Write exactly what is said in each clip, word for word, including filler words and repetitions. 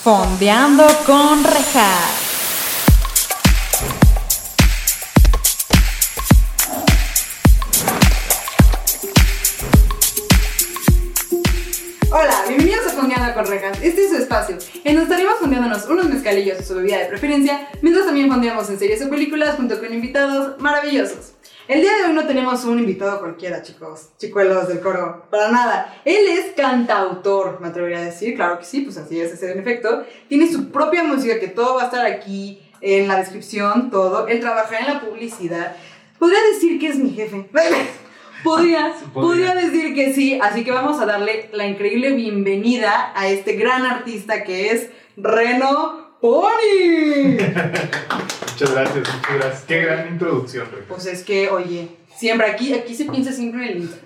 Fondeando con Rejas. Hola, bienvenidos a Fondeando con Rejas. Este es su espacio, en donde estaremos fondeándonos unos mezcalillos o su bebida de preferencia, mientras también fondeamos en series o películas junto con invitados maravillosos. El día de hoy no tenemos un invitado cualquiera, chicos, chicuelos del coro, para nada. Él es cantautor, me atrevería a decir, claro que sí, pues así es, ese en efecto. Tiene su propia música, que todo va a estar aquí en la descripción, todo. Él trabaja en la publicidad. Podría decir que es mi jefe. Podría, sí, podría, podría decir que sí, así que vamos a darle la increíble bienvenida a este gran artista que es Reno Pony. Muchas gracias, muchas gracias. Qué gran introducción, Rejas. Pues es que, oye, siempre aquí, aquí se piensa siempre en el intro.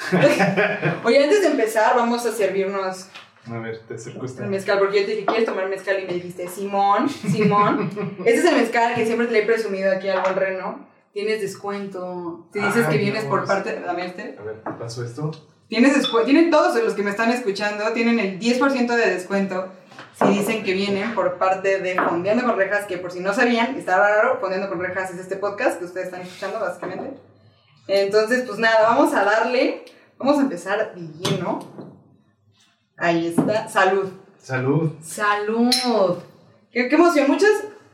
Oye, antes de empezar, vamos a servirnos. A ver, te acerco esta. El mezcal, porque yo te dije, ¿quieres tomar mezcal? Y me dijiste, Simón, Simón. Este es el mezcal que siempre te le he presumido aquí al buen Reno. Tienes descuento. Si dices Ay, que vienes Dios. por parte de... A ver, este. A ver, ¿te pasó esto? Tienes descuento. Tienen todos los que me están escuchando, tienen el diez por ciento de descuento. Si dicen que vienen por parte de Fondeando con Rejas, que por si no sabían, está raro, Fondeando con Rejas es este podcast que ustedes están escuchando básicamente. Entonces, pues nada, vamos a darle, vamos a empezar de lleno. Ahí está, salud. Salud. Salud. Qué, qué emoción, muchas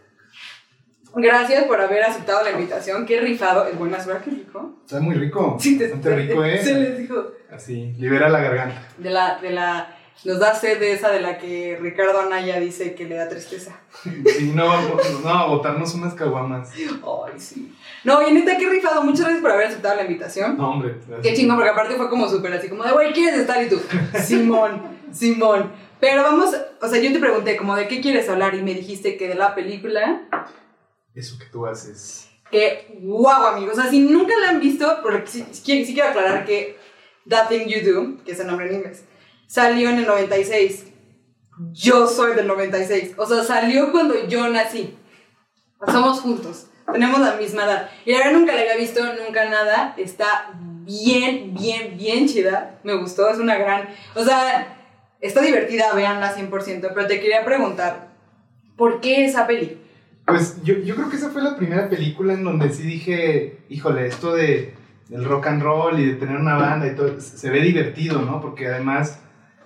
gracias por haber aceptado la invitación, qué rifado, es buena suerte, qué rico. Está muy rico, sí, te, bastante rico, ¿eh? Se les dijo. Así, libera la garganta. De la, de la... Nos da sed de esa de la que Ricardo Anaya dice que le da tristeza. Sí, no, no, a botarnos unas caguamas. Ay, sí. No, y neta, qué rifado. Muchas gracias por haber aceptado la invitación. No, hombre. Gracias. Qué chingón, porque aparte fue como súper así, como de, güey, ¿quieres estar? Y tú, Simón, Simón. Pero vamos, o sea, yo te pregunté, como, ¿de qué quieres hablar? Y me dijiste que de la película. Eso que tú haces. Que, guau, amigos. O sea, si nunca la han visto, porque sí, sí quiero aclarar que That Thing You Do, que es el nombre en inglés, salió en el noventa y seis. Yo soy del noventa y seis. O sea, salió cuando yo nací. Somos juntos. Tenemos la misma edad. Y la verdad nunca la había visto, nunca nada. Está bien, bien, bien chida. Me gustó, es una gran... O sea, está divertida, véanla cien por ciento. Pero te quería preguntar, ¿por qué esa peli? Pues yo, yo creo que esa fue la primera película en donde sí dije, híjole, esto de del rock and roll y de tener una banda y todo, se ve divertido, ¿no? Porque además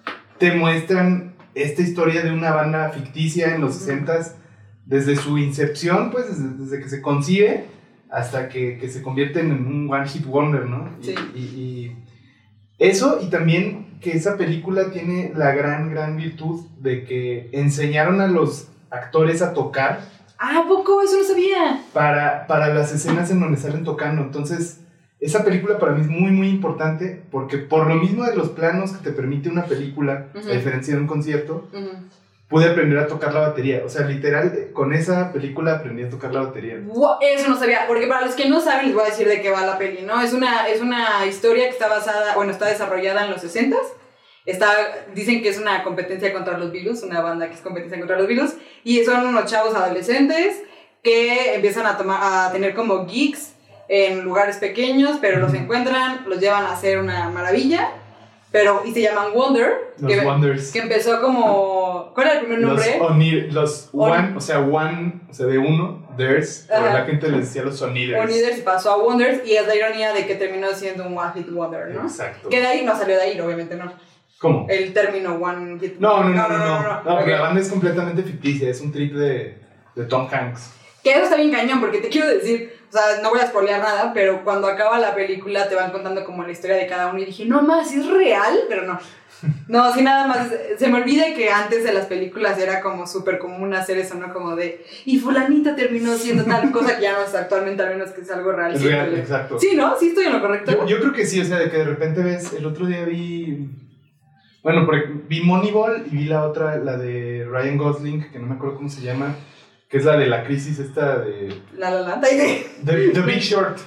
te muestran esta historia de una banda ficticia en los sesentas, desde su incepción, pues desde, desde que se concibe hasta que, que se convierten en un one hit wonder, ¿no? Sí. Y, y, y eso, y también que esa película tiene la gran, gran virtud de que enseñaron a los actores a tocar. Ah, ¿a poco? Eso no sabía. Para, para las escenas en donde salen tocando, entonces... Esa película para mí es muy, muy importante porque por lo mismo de los planos que te permite una película, uh-huh. a diferencia de un concierto, uh-huh. pude aprender a tocar la batería. O sea, literal, con esa película aprendí a tocar la batería. Wow, eso no sabía, porque para los que no saben les voy a decir de qué va la peli, ¿no? Es una, es una historia que está basada, bueno, está desarrollada en los sesentas. Está, dicen que es una competencia contra los virus, una banda que es competencia contra los virus, y son unos chavos adolescentes que empiezan a, tomar, a tener como geeks en lugares pequeños, pero los encuentran, los llevan a hacer una maravilla, pero, y se llaman Wonder, los que, Wonders. Que empezó como, ¿cuál era el primer nombre? Los, onir, los on, one, o sea, one, o sea, de uno, theirs, pero la gente les decía los Oniders. Oniders y pasó a Wonders, y es la ironía de que terminó siendo un One Hit Wonder, ¿no? Exacto. Que de ahí no salió de ahí, obviamente no. ¿Cómo? El término One Hit no, no, no, no, no, no, no, no, no, okay. La banda es completamente ficticia, es un trip de, de Tom Hanks. Que eso está bien cañón, porque te quiero decir, o sea, no voy a spoilear nada, pero cuando acaba la película te van contando como la historia de cada uno y dije, no más, ¿es real? Pero no. No, así nada más, se me olvida que antes de las películas era como súper común hacer eso, ¿no? Como de, y fulanita terminó siendo tal cosa que ya no es actualmente, al menos que es algo real. Es real, exacto. Sí, ¿no? Sí estoy en lo correcto. Yo, yo creo que sí, o sea, de que de repente ves, el otro día vi, bueno, vi Moneyball y vi la otra, la de Ryan Gosling, que no me acuerdo cómo se llama, que es la de la crisis esta de... La La La, de... The, The Big Short.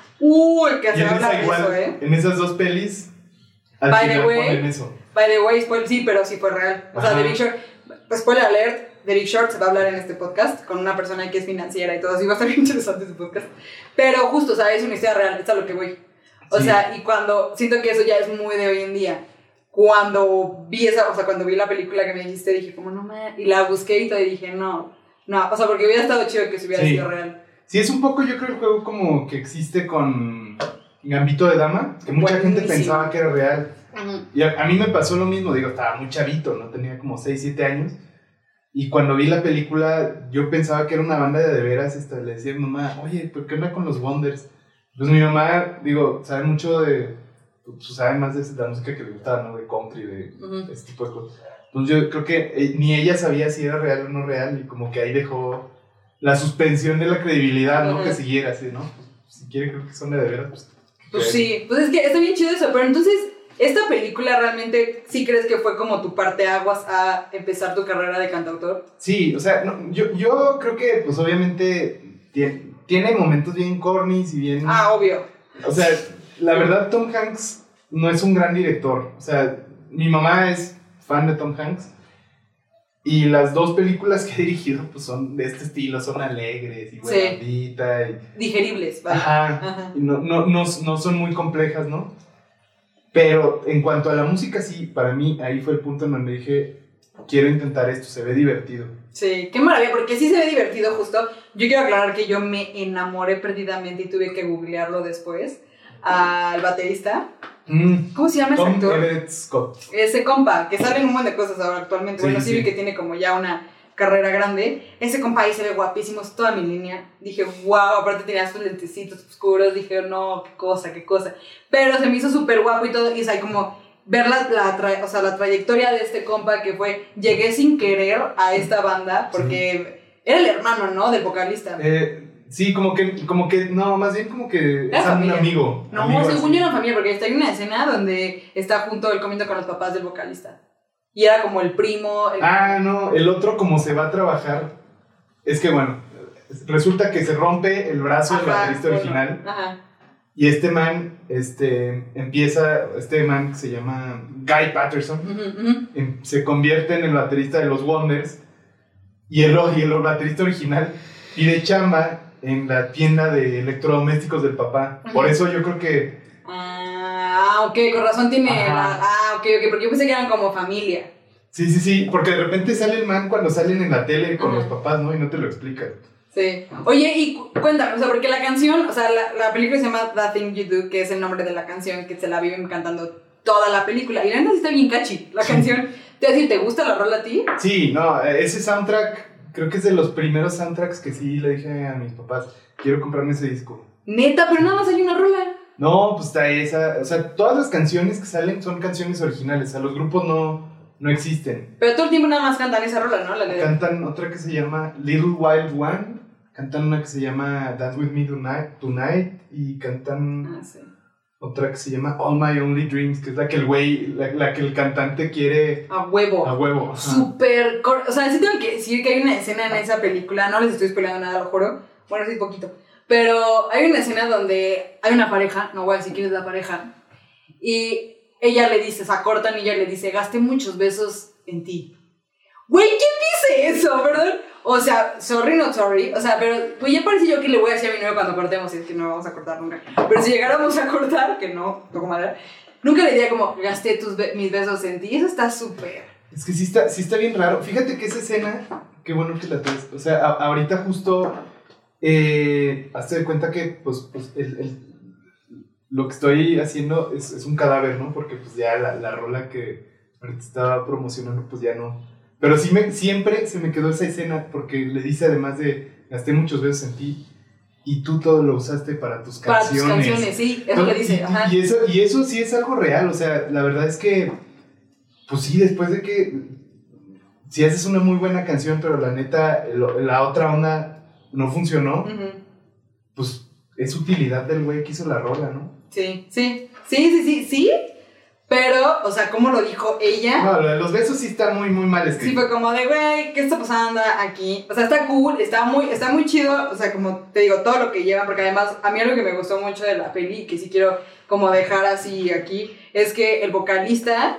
Uy, que se habla de igual, eso, ¿eh? En esas dos pelis, al By final the way, ponen eso. By the way, spoiler, sí, pero sí fue real. O sea, Ajá. The Big Short, spoiler alert, The Big Short se va a hablar en este podcast con una persona que es financiera y todo, así va a estar bien interesante ese podcast. Pero justo, o sea, es una historia real, es a lo que voy. O Sí. sea, y cuando siento que eso ya es muy de hoy en día. cuando vi esa, o sea, cuando vi la película que me dijiste, dije como, no me... Y la busqué y todo y dije, no, no, o sea, porque hubiera estado chido que se hubiera Sí. sido real. Sí, es un poco, yo creo, el juego como que existe con Gambito de Dama, que mucha Buenísimo. gente pensaba que era real. Uh-huh. Y a, a mí me pasó lo mismo, digo, estaba muy chavito, ¿no? Tenía como seis, siete años. Y cuando vi la película, yo pensaba que era una banda de de veras. Esta, le decía a mi mamá, oye, ¿por qué onda con los Wonders? Pues mi mamá, digo, sabe mucho de, pues sabe más de la música que le gustaba, ¿no? De country, de Uh-huh. este tipo de cosas. Entonces yo creo que eh, ni ella sabía si era real o no real, y como que ahí dejó la suspensión de la credibilidad, ¿no? Uh-huh. Que siguiera así, ¿no? Pues, si quiere creo que son de de veras, pues... Pues que- sí, pues es que está bien chido eso, pero entonces, ¿esta película realmente sí crees que fue como tu parteaguas a empezar tu carrera de cantautor? Sí, o sea, no, yo, yo creo que, pues obviamente, tiene, tiene momentos bien cornys y bien... Ah, obvio. O sea, la verdad, Tom Hanks no es un gran director. O sea, mi mamá es fan de Tom Hanks. Y las dos películas que he dirigido, pues son de este estilo, son alegres y Sí. buena ondita y... Digeribles, ¿vale? Ajá. Ajá. Y no, no, no, no son muy complejas, ¿no? Pero en cuanto a la música, sí, para mí ahí fue el punto en donde dije, quiero intentar esto, se ve divertido. Sí, qué maravilla, porque sí se ve divertido justo. Yo quiero aclarar que yo me enamoré perdidamente y tuve que googlearlo después al baterista. Mm, ¿Cómo se llama ese Tom actor? Everett Scott. Ese compa, que sale en un montón de cosas ahora actualmente. Sí, Bueno, sí sí. vi que tiene como ya una carrera grande. Ese compa ahí se ve guapísimo, es toda mi línea. Dije, wow, aparte tenía sus lentecitos oscuros. Dije, no, qué cosa, qué cosa. Pero se me hizo súper guapo y todo. Y es ahí como ver la, la, tra- o sea, la trayectoria de este compa que fue, llegué sin querer a esta banda porque era el hermano, ¿no? Del vocalista. Eh, sí, como que, como que, no, más bien como que Era es un familia. amigo. No, amigo según así. yo era familia, porque está en una escena donde está junto él comiendo con los papás del vocalista. Y era como el primo. El... Ah, no, el otro como se va a trabajar, es que bueno, resulta que se rompe el brazo del Ajá, baterista bueno, original. Ajá. Y este man, este, empieza, este man que se llama Guy Patterson, Ujú, ujú. em- se convierte en el baterista de los Wonders. Y el, y el baterista original pide chamba en la tienda de electrodomésticos del papá. Ajá. Por eso yo creo que... Ah, ok, con razón tiene. Ajá. La, ah, ok, ok, porque yo pensé que eran como familia. Sí, sí, sí, porque de repente sale el man cuando salen en la tele con Ajá. los papás, ¿no? Y no te lo explican. Sí. Oye, y cu- cuéntame, o sea, porque la canción, o sea, la, la película se llama That Thing You Do, que es el nombre de la canción que se la viven cantando toda la película. Y la neta sí está bien catchy, la canción. Te voy a decir, ¿te gusta la rola a ti? Sí, no, ese soundtrack, creo que es de los primeros soundtracks que sí le dije a mis papás, quiero comprarme ese disco. Neta, pero nada más hay una rola. No, pues está esa, o sea, todas las canciones que salen son canciones originales, o sea, los grupos no, no existen. Pero todo el tiempo nada más cantan esa rola, ¿no? La de... Cantan otra que se llama Little Wild One, cantan una que se llama Dance With Me Tonight, tonight y cantan Ah, sí. otra que se llama All My Only Dreams, que es la que el güey, la, la que el cantante quiere A huevo. a huevo. Ajá. Súper... cor- O sea, sí tengo que decir que hay una escena en esa película, no les estoy spoileando nada, lo juro. Bueno, sí, poquito. Pero hay una escena donde hay una pareja, no voy a decir quién es la pareja, y ella le dice, se acortan y ella le dice, gasté muchos besos en ti. Güey, ¿quién dice eso, verdad? O sea, sorry, not sorry. O sea, pero pues ya parece yo que le voy a decir a mi novio cuando cortemos, y es que no vamos a cortar nunca. Pero si llegáramos a cortar, que no, toco madera, nunca le diría como, gasté tus be- mis besos en ti. Eso está súper. Es que sí está, sí está bien raro. Fíjate que esa escena, qué bueno que la traes. O sea, a- ahorita justo, eh, hazte de cuenta que, pues, pues el, el- lo que estoy haciendo es, es un cadáver, ¿no? Porque pues ya la, la rola que ahorita estaba promocionando, pues ya no. Pero sí me, siempre se me quedó esa escena porque le dice además de, gasté muchos besos en ti y tú todo lo usaste para tus Para tus canciones. canciones, sí, es lo que dice. Y- Ajá. Y, eso, y eso sí es algo real, o sea, la verdad es que, pues sí, después de que, si haces una muy buena canción, pero la neta, lo- la otra onda no funcionó, Ujú. pues es utilidad del güey que hizo la rola, ¿no? Sí, sí, sí, sí, sí, sí. Pero, o sea, como lo dijo ella, No, lo de los besos sí está muy, muy mal sí escrito. fue como de, güey, ¿qué está pasando aquí? O sea, está cool, está muy, está muy chido, o sea, como te digo, todo lo que llevan, porque además, a mí algo que me gustó mucho de la peli, que sí quiero como dejar así aquí, es que el vocalista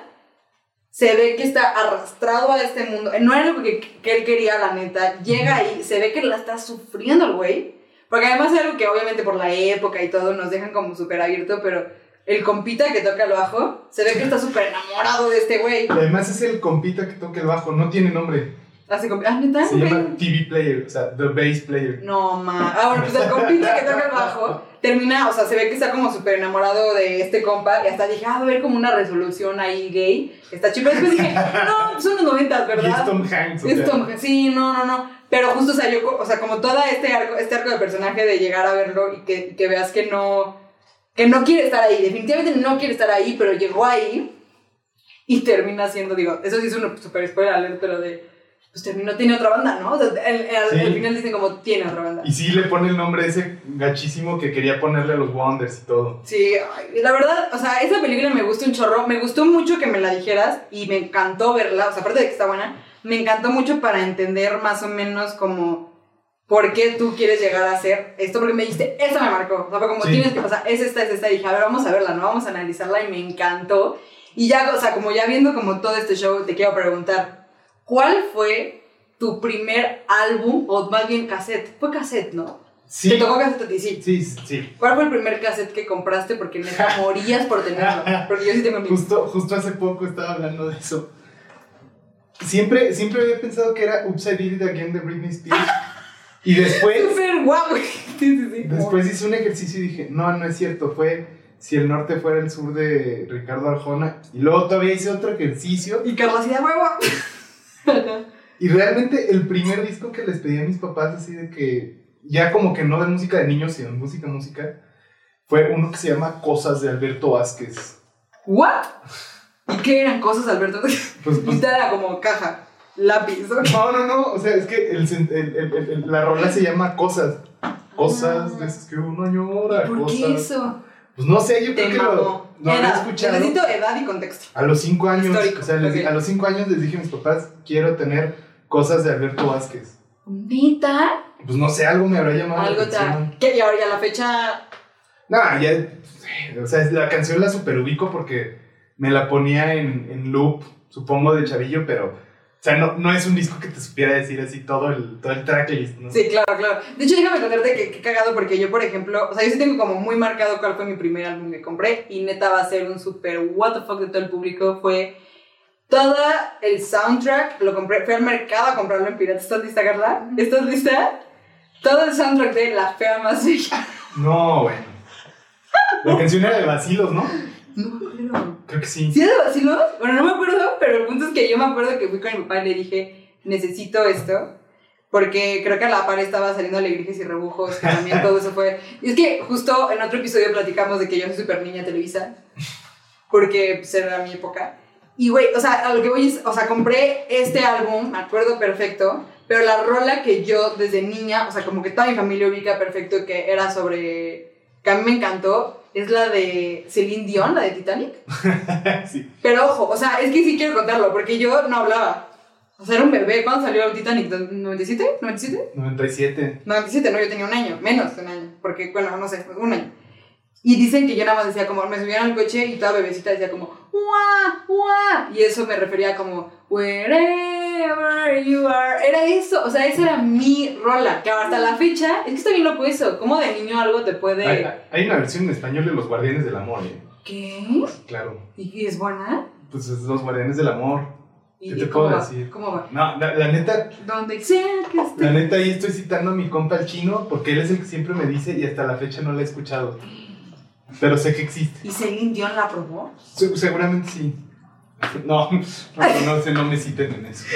se ve que está arrastrado a este mundo, no era algo que, que él quería, la neta, llega ahí, se ve que la está sufriendo el güey, porque además es algo que obviamente por la época y todo nos dejan como súper abierto, pero el compita que toca el bajo, se ve que está súper enamorado de este güey. Además es el compita que toca el bajo, no tiene nombre. Hace compi- ah, ¿neta? Se llama T V Player, o sea, The Bass Player. No, ma. Ah, bueno, pues el compita que toca el bajo termina, o sea, se ve que está como súper enamorado de este compa y hasta dije, ah, va a haber como una resolución ahí gay. Está chido. Después dije, no, son los noventas, ¿verdad? Y es Tom Hanks, o Es sea. Tom Hanks. Sí, no, no, no. Pero justo, o sea, yo, o sea, como todo este arco, este arco de personaje de llegar a verlo y que, que veas que no, que no quiere estar ahí. Definitivamente no quiere estar ahí, pero llegó ahí y termina siendo, digo, eso sí es un super spoiler alert, pero de... Pues terminó, tiene otra banda, ¿no? O sea, al, al, Sí. al final dicen como, tiene otra banda. Y sí le pone el nombre ese gachísimo que quería ponerle a los Wonders y todo. Sí, ay, la verdad, o sea, esa película me gustó un chorro. Me gustó mucho que me la dijeras y me encantó verla. O sea, aparte de que está buena, me encantó mucho para entender más o menos como por qué tú quieres llegar a hacer esto. Porque me dijiste, esa me marcó. O sea, fue como Sí. tienes que pasar, es esta, es esta. Y dije, a ver, vamos a verla, ¿no? Vamos a analizarla y me encantó. Y ya, o sea, como ya viendo como todo este show, te quiero preguntar, ¿cuál fue tu primer álbum, o más bien cassette? Fue cassette, ¿no? Sí. ¿Te tocó cassette a ti? Sí. Sí, sí. ¿Cuál fue el primer cassette que compraste porque neta morías por tenerlo? Porque yo sí tengo mi... Justo, justo hace poco estaba hablando de eso. Siempre, siempre había pensado que era Oops, I Did It Again de Britney Spears. Y después, Súper guapo. Sí, sí, sí. después hice un ejercicio y dije, no, no es cierto, fue Si el norte fuera el sur de Ricardo Arjona. Y luego todavía hice otro ejercicio. Y Carla así de huevo. Y realmente el primer disco que les pedí a mis papás, así de que, ya como que no de música de niños, sino de música, música, fue uno que se llama Cosas de Alberto Vázquez. ¿What? ¿Y qué eran cosas, Alberto? Pues, pues, Usted era como caja, lápiz. ¿No? no, no, no, o sea, es que el, el, el, el, el, la rola se llama Cosas. Cosas de esas que uno llora. ¿Por cosas. qué eso? Pues no sé, yo Te creo que mamó. lo, lo había Edad. escuchado. Necesito edad y contexto. A los cinco años, Histórico, o sea, les, ok. a los cinco años les dije a mis papás, quiero tener Cosas de Alberto Vázquez. ¿Neta? Pues no sé, algo me habrá llamado Algo la atención. te... ¿Qué? Y ahora ya la fecha... Nah, ya, o sea, la canción la super ubico porque me la ponía en, en loop, supongo, de chavillo, pero, o sea, no, no es un disco que te supiera decir así todo el, todo el tracklist, ¿no? Sí, claro, claro. De hecho, déjame contarte que, que cagado porque yo, por ejemplo, o sea, yo sí tengo como muy marcado cuál fue mi primer álbum que compré y neta va a ser un super what the fuck de todo el público. Fue todo el soundtrack, lo compré, fui al mercado a comprarlo en pirata. ¿Estás lista, Carla? ¿Estás lista? Todo el soundtrack de La Fea Más Bella. No, bueno. La canción era de Vacilos, ¿no? No me acuerdo. Creo que sí. ¿Sí era de Vacilos? Bueno, no me acuerdo, pero el punto es que yo me acuerdo que fui con mi papá y le dije, necesito esto. Porque creo que a la par estaba saliendo Alegrijes y Rebujos, que también todo eso fue... Y es que justo en otro episodio platicamos de que yo soy súper niña Televisa, porque pues, era mi época. Y güey, o sea, a lo que voy es, o sea, compré este álbum, me acuerdo perfecto, pero la rola que yo desde niña, o sea, como que toda mi familia ubica perfecto, que era sobre... que a mí me encantó, es la de Celine Dion, la de Titanic. Sí. Pero ojo, o sea, es que sí quiero contarlo, porque yo no hablaba. O sea, era un bebé. ¿Cuándo salió el Titanic? ¿noventa y siete? ¿noventa y siete? noventa y siete. noventa y siete, no, yo tenía un año, menos de un año, porque, bueno, no sé, un año. Y dicen que yo nada más decía como, me subían al coche y toda bebecita decía como, ¡Uah! ¡Uah! Y eso me refería como, wherever you are. Era eso, o sea, esa era mi rola, que hasta la fecha, es que está bien loco eso, como de niño algo te puede... Hay, hay una versión en español de Los Guardianes del Amor, ¿eh? ¿Qué? Claro. ¿Y es buena? Pues es Los Guardianes del Amor. ¿Y, ¿Qué y te cómo puedo va? decir? ¿Cómo va? No, la, la neta, Donde sea que esté. la neta ahí estoy citando a mi compa el chino porque él es el que siempre me dice y hasta la fecha no la he escuchado. Pero sé que existe. ¿Y Celine Dion la probó? Se- seguramente sí. No, no, no sé, no me citen en eso.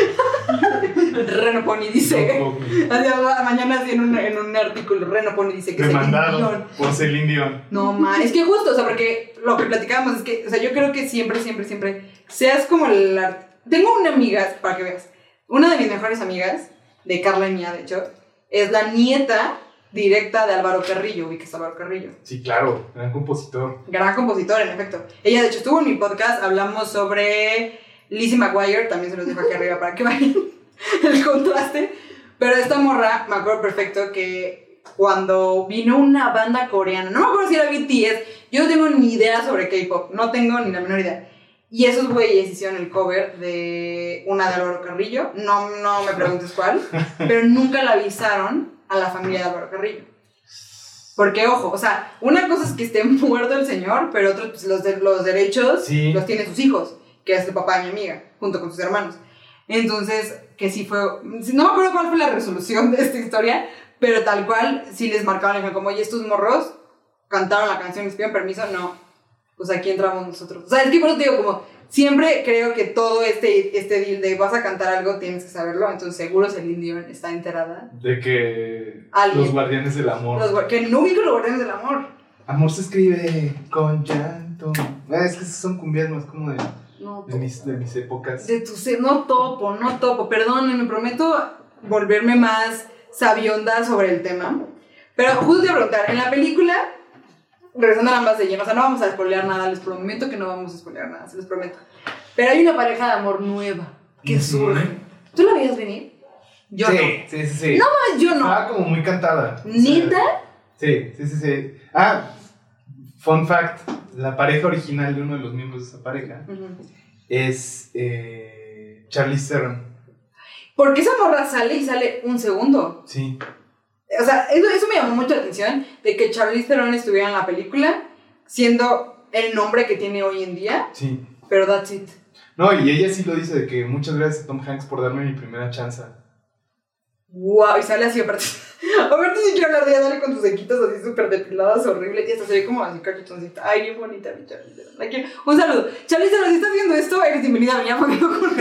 Reno Pony dice. No, no, Así, mañana así en un, en un artículo, Reno Pony dice que Celine demandado Dion. por Celine Dion. No, ma, es que justo, o sea, porque lo que platicábamos es que, o sea, yo creo que siempre, siempre, siempre, seas como la... Tengo una amiga, para que veas, una de mis mejores amigas, de Carla y mía, de hecho, es la nieta directa de Álvaro Carrillo, ubicas a Álvaro Carrillo. Sí, claro, gran compositor. Gran compositor, en efecto. Ella, de hecho, estuvo en mi podcast, hablamos sobre Lizzie McGuire, también se los dejo aquí arriba para que vayan el contraste. Pero esta morra, me acuerdo perfecto que cuando vino una banda coreana, no me acuerdo si era B T S, yo no tengo ni idea sobre K-pop, no tengo ni la menor idea. Y esos güeyes hicieron el cover de una de Álvaro Carrillo, no, no me preguntes cuál, pero nunca la avisaron a la familia de Álvaro Carrillo. Porque, ojo, o sea, una cosa es que esté muerto el señor, pero otro, pues, los, de, los derechos sí. los tienen sus hijos, que es el papá de mi amiga, junto con sus hermanos. Entonces, que sí fue... No me acuerdo cuál fue la resolución de esta historia, pero tal cual, sí les marcaban, les como, oye, estos morros cantaron la canción, les piden permiso, no, pues aquí entramos nosotros. O sea, es que por eso te digo, como, siempre creo que todo este, este deal de vas a cantar algo, tienes que saberlo, entonces seguro Celine Dion está enterada. De que Alguien. Los Guardianes del Amor. Los, que no ubico los Guardianes del Amor. Amor se escribe con llanto. Ah, es que son cumbias más como de, No, de, mis, de mis épocas. De tu, no topo, no topo, perdón, me prometo volverme más sabionda sobre el tema. Pero justo te iba a preguntar, en la película, regresando a ambas de lleno, o sea, no vamos a spoilear nada, les prometo que no vamos a spoilear nada, se los prometo. Pero hay una pareja de amor nueva que surge. ¿Tú la veías venir? Yo sí, no. Sí, sí, sí. No más, yo no. Estaba como muy cantada. ¿Neta? O sea, sí, sí, sí, sí. Ah, fun fact, la pareja original de uno de los miembros de esa pareja uh-huh. es eh, Charlize Theron. Porque esa morra sale y sale un segundo. Sí. O sea, eso, eso me llamó mucho la atención, de que Charlize Theron estuviera en la película, siendo el nombre que tiene hoy en día. Sí. Pero that's it. No, y ella sí lo dice, de que muchas gracias a Tom Hanks por darme mi primera chance. Wow, y sale así aparte. Aparte ni quiero hablar de ella, sale con sus sequitos así súper depiladas, horribles, y hasta se ve como así cachuchoncita. Ay, bien bonita mi Charlize Theron. La quiero. Un saludo. Charlize Theron, si estás viendo esto, eres bienvenida a venir conmigo con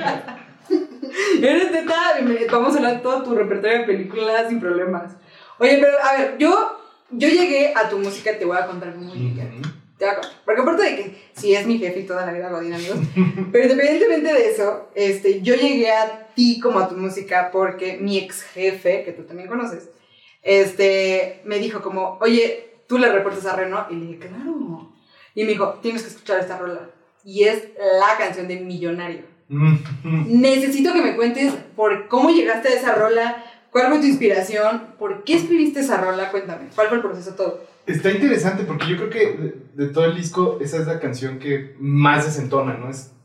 eres neta, bienvenida. Vamos a hablar de todo tu repertorio de películas sin problemas. Oye, pero a ver, yo, yo llegué a tu música, te voy a contar muy bien. Uh-huh. Te voy a contar. Porque aparte de que sí es mi jefe y toda la vida godín, amigos. Pero independientemente de eso, este, yo llegué a ti como a tu música porque mi ex jefe, que tú también conoces, este, me dijo como, oye, ¿tú le reportas a Reno? Y le dije, claro. Y me dijo, tienes que escuchar esta rola. Y es la canción de Millonario. Necesito que me cuentes por cómo llegaste a esa rola, cuál fue tu inspiración, por qué escribiste esa rola, cuéntame, cuál fue el proceso todo. Está interesante porque yo creo que de, de todo el disco esa es la canción que más desentona, ¿no? Es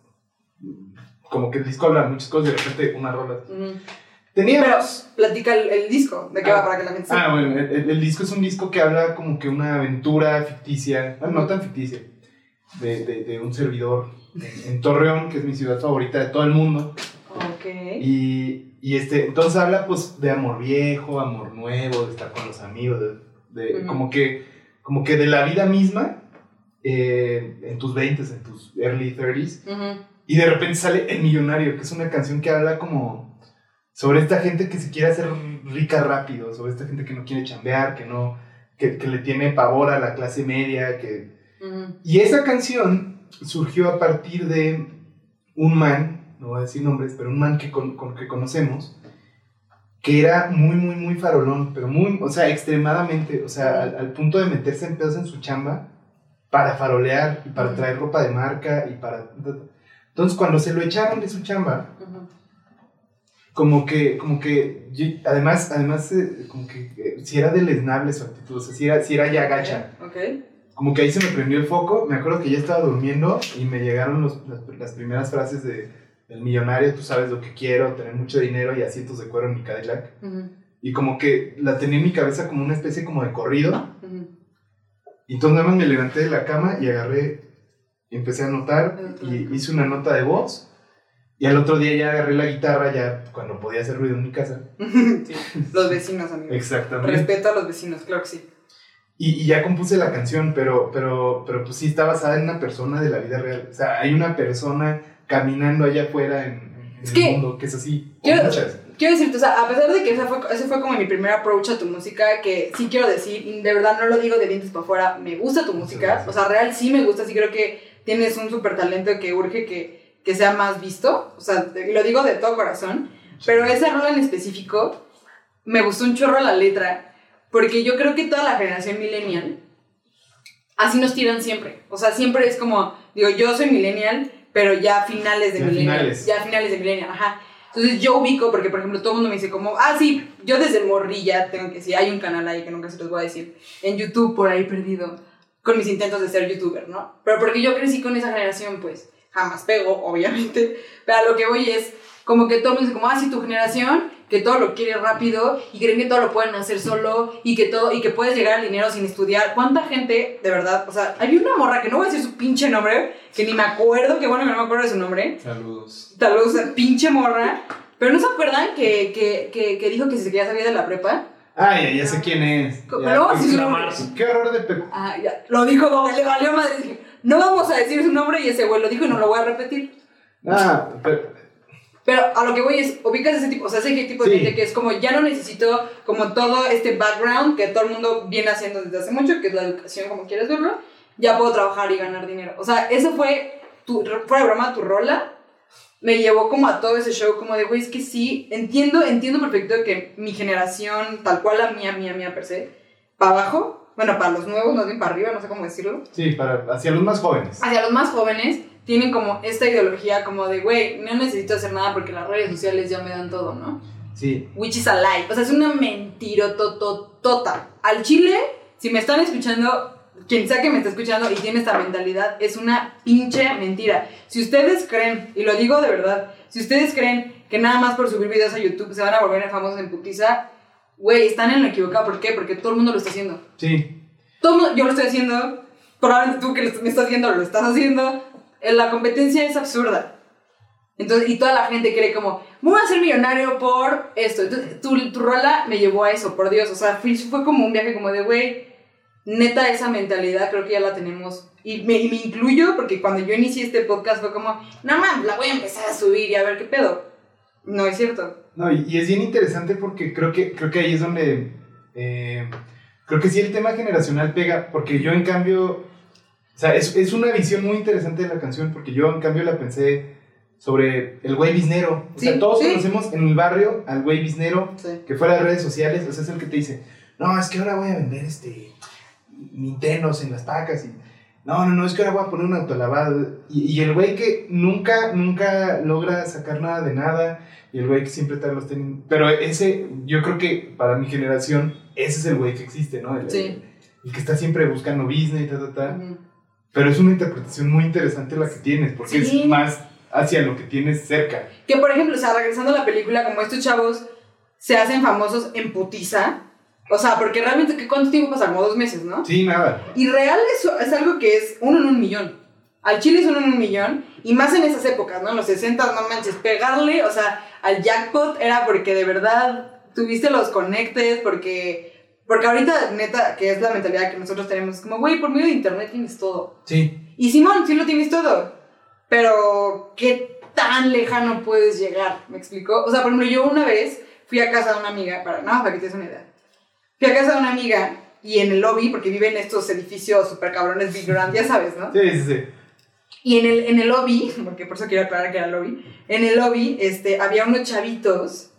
como que el disco habla muchas cosas y de repente una rola. Uh-huh. Teníamos... Pero platica el, el disco, ¿de qué ah, va para que la gente sepa? Ah, bueno, el, el disco es un disco que habla como que una aventura ficticia, bueno, no tan ficticia, de, de, de un servidor en, en Torreón, que es mi ciudad favorita de todo el mundo. Ok. Y, y este, entonces habla pues de amor viejo, amor nuevo, de estar con los amigos, de, de uh-huh. como, que, como que de la vida misma, eh, en tus veintes, en tus early thirties, uh-huh. y de repente sale El Millonario, que es una canción que habla como sobre esta gente que se quiere hacer rica rápido, sobre esta gente que no quiere chambear, que, no, que, que le tiene pavor a la clase media, que... Uh-huh. Y esa canción surgió a partir de un man, no voy a decir nombres, pero un man que, con, con, que conocemos, que era muy, muy, muy farolón, pero muy, o sea, extremadamente, o sea, al, al punto de meterse en pedos en su chamba para farolear y para traer ropa de marca y para... Entonces, cuando se lo echaron de su chamba, uh-huh. como que, como que, además, además, como que, eh, si era deleznable su actitud, o sea, si era, si era ya gacha. Okay. Como que ahí se me prendió el foco, me acuerdo que ya estaba durmiendo y me llegaron los, las, las primeras frases de El Millonario, tú sabes lo que quiero, tener mucho dinero y asientos de cuero en mi Cadillac. Uh-huh. Y como que la tenía en mi cabeza como una especie como de corrido. Uh-huh. Y entonces nada más me levanté de la cama y agarré, y empecé a anotar uh-huh. y hice una nota de voz. Y al otro día ya agarré la guitarra, ya cuando podía hacer ruido en mi casa. Sí, los vecinos, amigos. Exactamente. Respeto a los vecinos, claro que sí. Y, y ya compuse la canción, pero, pero, pero pues sí está basada en una persona de la vida real. O sea, hay una persona caminando allá afuera en, en es el que, mundo que es así. Quiero, quiero decirte, o sea, a pesar de que ese fue, ese fue como mi primer approach a tu música, que sí quiero decir, y de verdad no lo digo de dientes para afuera, me gusta tu música. O sea, real sí me gusta, sí creo que tienes un súper talento que urge que, que sea más visto. O sea, lo digo de todo corazón. Pero esa rola en específico, me gustó un chorro la letra. Porque yo creo que toda la generación millennial así nos tiran siempre. O sea, siempre es como, digo, yo soy millennial, pero ya finales de ya millennial. Finales. Ya finales de millennial, ajá. Entonces yo ubico, porque por ejemplo todo el mundo me dice como, ah, sí, yo desde morrilla tengo que decir, hay un canal ahí que nunca se los voy a decir, en YouTube por ahí perdido, con mis intentos de ser youtuber, ¿no? Pero porque yo crecí con esa generación, pues, jamás pego, obviamente. Pero a lo que voy es... como que todo el mundo dice como, ah, sí, tu generación, que todo lo quiere rápido y creen que todo lo pueden hacer solo y que todo y que puedes llegar al dinero sin estudiar. ¿Cuánta gente, de verdad? O sea, hay una morra que no voy a decir su pinche nombre, que ni me acuerdo, que bueno que no me acuerdo de su nombre. Saludos. Saludos, pinche morra. Pero ¿no se acuerdan que, que, que, que dijo que si se quería salir de la prepa? Ah, ya, ya sé quién es. Pero Ya, sí, la no, Mars. Qué horror de pe... Ah, ya. Lo dijo como le valió madre. Dije, no vamos a decir su nombre y ese güey lo dijo y no lo voy a repetir. Ah, pero... Pero a lo que voy es, ubicas ese tipo, o sea, ese tipo de Sí. gente que es como, ya no necesito como todo este background que todo el mundo viene haciendo desde hace mucho, que es la educación como quieras verlo, ya puedo trabajar y ganar dinero. O sea, eso fue, tu, fuera de broma, tu rola, me llevó como a todo ese show, como de, güey, es que sí, entiendo, entiendo perfecto que mi generación, tal cual la mía, mía, mía per se, para abajo, bueno, para los nuevos, más bien para arriba, no sé cómo decirlo. Sí, para, hacia los más jóvenes. Hacia los más jóvenes, tienen como esta ideología como de, güey, no necesito hacer nada porque las redes sociales ya me dan todo, ¿no? Sí. Which is a lie. O sea, es una mentira total. Al chile, si me están escuchando, quien sea que me está escuchando y tiene esta mentalidad, es una pinche mentira. Si ustedes creen, y lo digo de verdad, si ustedes creen que nada más por subir videos a YouTube se van a volver famosos en putiza, güey, están en lo equivocado. ¿Por qué? Porque todo el mundo lo está haciendo. Sí. Todo el mundo, yo lo estoy haciendo, probablemente tú que me estás viendo lo estás haciendo. La competencia es absurda. Entonces, y toda la gente cree como, voy a ser millonario por esto. Entonces, tu, tu rola me llevó a eso, por Dios. O sea, fue, fue como un viaje como de, güey, neta, esa mentalidad creo que ya la tenemos. Y me, y me incluyo porque cuando yo inicié este podcast fue como, no mames, la voy a empezar a subir y a ver qué pedo. No es cierto. No, y, y es bien interesante porque creo que, creo que ahí es donde... Eh, creo que sí el tema generacional pega, porque yo en cambio... O sea, es, es una visión muy interesante de la canción, porque yo en cambio la pensé sobre el güey biznero. O Sí, sea, todos sí. conocemos en el barrio al güey biznero, Sí. que fuera de redes sociales, o sea, es el que te dice, no, es que ahora voy a vender este Nintendos en las pacas, y no, no, no, es que ahora voy a poner un autolavado. Y, y el güey que nunca, nunca logra sacar nada de nada, y el güey que siempre trae los tenis. Pero ese, yo creo que para mi generación, ese es el güey que existe, ¿no? El, Sí. el, el que está siempre buscando business y tal, tal, tal. Uh-huh. Pero es una interpretación muy interesante la que tienes, porque Sí. es más hacia lo que tienes cerca. Que por ejemplo, o sea, regresando a la película, como estos chavos se hacen famosos en putiza. O sea, porque realmente, ¿qué ¿cuánto tiempo pasa? Como dos meses, ¿no? Sí, nada. Y real eso es algo que es uno en un millón. Al chile es uno en un millón. Y más en esas épocas, ¿no? En los sesenta, no manches, pegarle, o sea, al jackpot era porque de verdad tuviste los conectes, porque... Porque ahorita, neta, que es la mentalidad que nosotros tenemos, es como, güey, por medio de internet tienes todo. Sí. Y Simón, sí lo tienes todo. Pero, ¿qué tan lejano puedes llegar? ¿Me explicó? O sea, por ejemplo, yo una vez fui a casa de una amiga, para, no, para que te des una idea. Fui a casa de una amiga y en el lobby, porque vive en estos edificios super cabrones big grand, ya sabes, ¿no? Sí, sí, sí. Y en el, en el lobby, porque por eso quiero aclarar que era el lobby, en el lobby este, había unos chavitos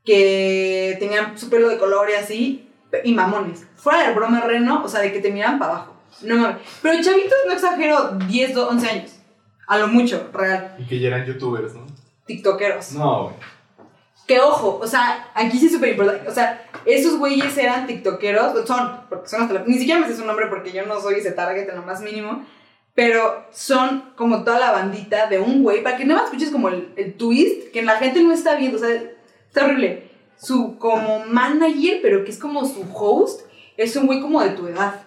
que tenían su pelo de color y así, y mamones. Fuera de broma, reno, o sea, de que te miraban para abajo. No mames. Pero chavitos, no exagero, diez, once años. A lo mucho, real. Y que ya eran youtubers, ¿no? TikTokeros. No, güey. Que ojo, o sea, aquí sí es súper importante. O sea, esos güeyes eran tiktokeros, son, porque son hasta la... Ni siquiera me sé su nombre porque yo no soy ese target en lo más mínimo. Pero son como toda la bandita de un güey, para que nada más escuches como el, el twist, que la gente no está viendo, o sea, está horrible. Su como manager, pero que es como su host, es un güey como de tu edad.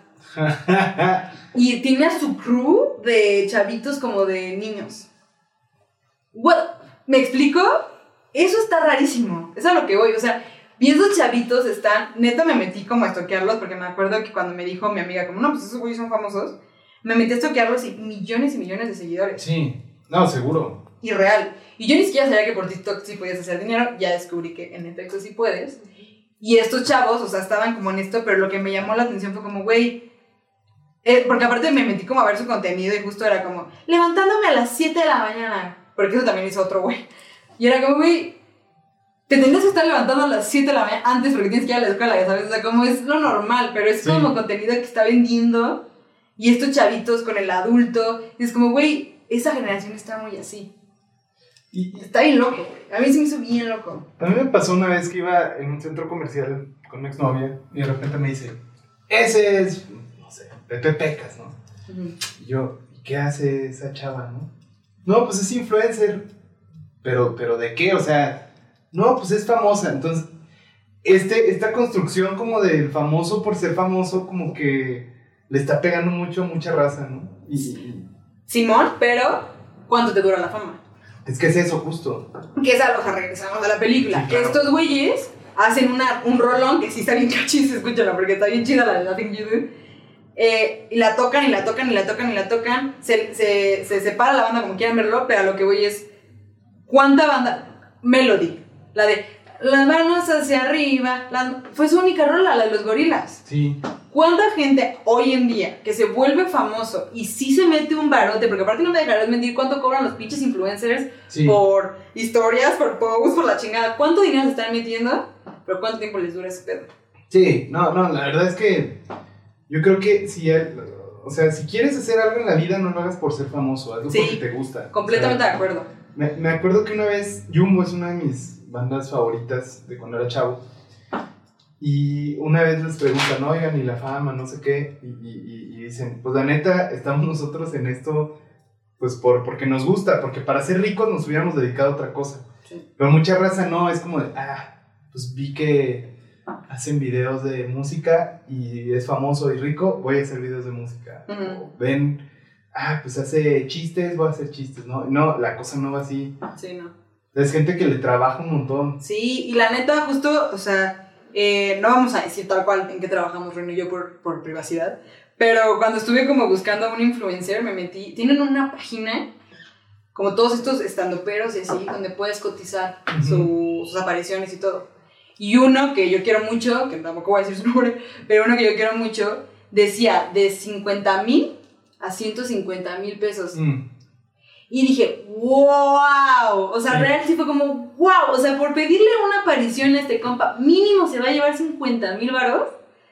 Y tiene a su crew de chavitos como de niños. What? ¿Me explico? Eso está rarísimo. Eso es a lo que voy. O sea, vi esos chavitos están... Neta me metí como a estoquearlos porque me acuerdo que cuando me dijo mi amiga como, no, pues esos güeyes son famosos. Me metí a estoquearlos y millones y millones de seguidores. Sí. No, seguro. Y real. Y yo ni siquiera sabía que por TikTok sí podías hacer dinero. Ya descubrí que en efecto sí puedes. Y estos chavos, o sea, estaban como en esto, pero lo que me llamó la atención fue como, güey... Eh, porque aparte me metí como a ver su contenido y justo era como, levantándome a las siete de la mañana. Porque eso también hizo otro güey. Y era como, güey, te tendrías que estar levantando a las siete de la mañana antes porque tienes que ir a la escuela, ya sabes. O sea, como es lo normal, pero es Sí. como contenido que está vendiendo. Y estos chavitos con el adulto. Y es como, güey, esa generación está muy así. Y, Está bien loco, güey. A mí se me hizo bien loco. a mí me pasó una vez que iba en un centro comercial con mi exnovia y de repente me dice, ese es, no sé, Pepe Pecas, ¿no? Uh-huh. Y yo, ¿y qué hace esa chava, no? No, pues es influencer. pero, pero ¿de qué? O sea, no, pues es famosa. Entonces, este, esta construcción como del famoso por ser famoso, como que le está pegando mucho a mucha raza, ¿no? Y, Simón, pero ¿cuánto te dura la fama? es que es eso, justo. Que es algo, o sea, regresamos a la película. Sí, claro. Estos güeyes hacen una, un rolón que sí está bien cachis, escúchala, porque está bien chida la de Nothing You Do. Eh, y la tocan, y la tocan, y la tocan, y la tocan. Se, se, se separa la banda como quieran verlo, pero a lo que voy es... ¿Cuánta banda? Melody. La de... Las manos hacia arriba. La, fue su única rola, la de los gorilas. Sí. ¿Cuánta gente hoy en día que se vuelve famoso y sí se mete un barote? Porque aparte no me dejarás mentir cuánto cobran los pinches influencers Sí. por historias, por posts, por la chingada. ¿Cuánto dinero se están metiendo? Pero ¿cuánto tiempo les dura ese pedo? Sí, no, no, la verdad es que yo creo que si, o sea, si quieres hacer algo en la vida, no lo hagas por ser famoso, hazlo Sí, porque te gusta. Completamente O sea, de acuerdo. Me, me acuerdo que una vez Jumbo es una de mis bandas favoritas de cuando era chavo. Y una vez les preguntan, oigan, y la fama, no sé qué. Y, y, y dicen, pues la neta, estamos nosotros en esto, pues por, porque nos gusta, porque para ser ricos nos hubiéramos dedicado a otra cosa. Sí. Pero mucha raza no, es como de, ah, pues vi que hacen videos de música y es famoso y rico, voy a hacer videos de música. Uh-huh. O ven, ah, pues hace chistes, voy a hacer chistes, ¿no? No, la cosa no va así. Sí, no. Es gente que le trabaja un montón. Sí, y la neta, justo, o sea, eh, no vamos a decir tal cual en qué trabajamos Reno y yo por, por privacidad, pero cuando estuve como buscando a un influencer, me metí, tienen una página, como todos estos estandoperos y así, donde puedes cotizar Uh-huh. su, sus apariciones y todo. Y uno que yo quiero mucho, que tampoco voy a decir su nombre, pero uno que yo quiero mucho, decía de cincuenta mil a ciento cincuenta mil pesos. Mm. Y dije, wow, o sea, Sí. real sí fue como, wow, o sea, por pedirle una aparición a este compa, mínimo se va a llevar cincuenta mil varos.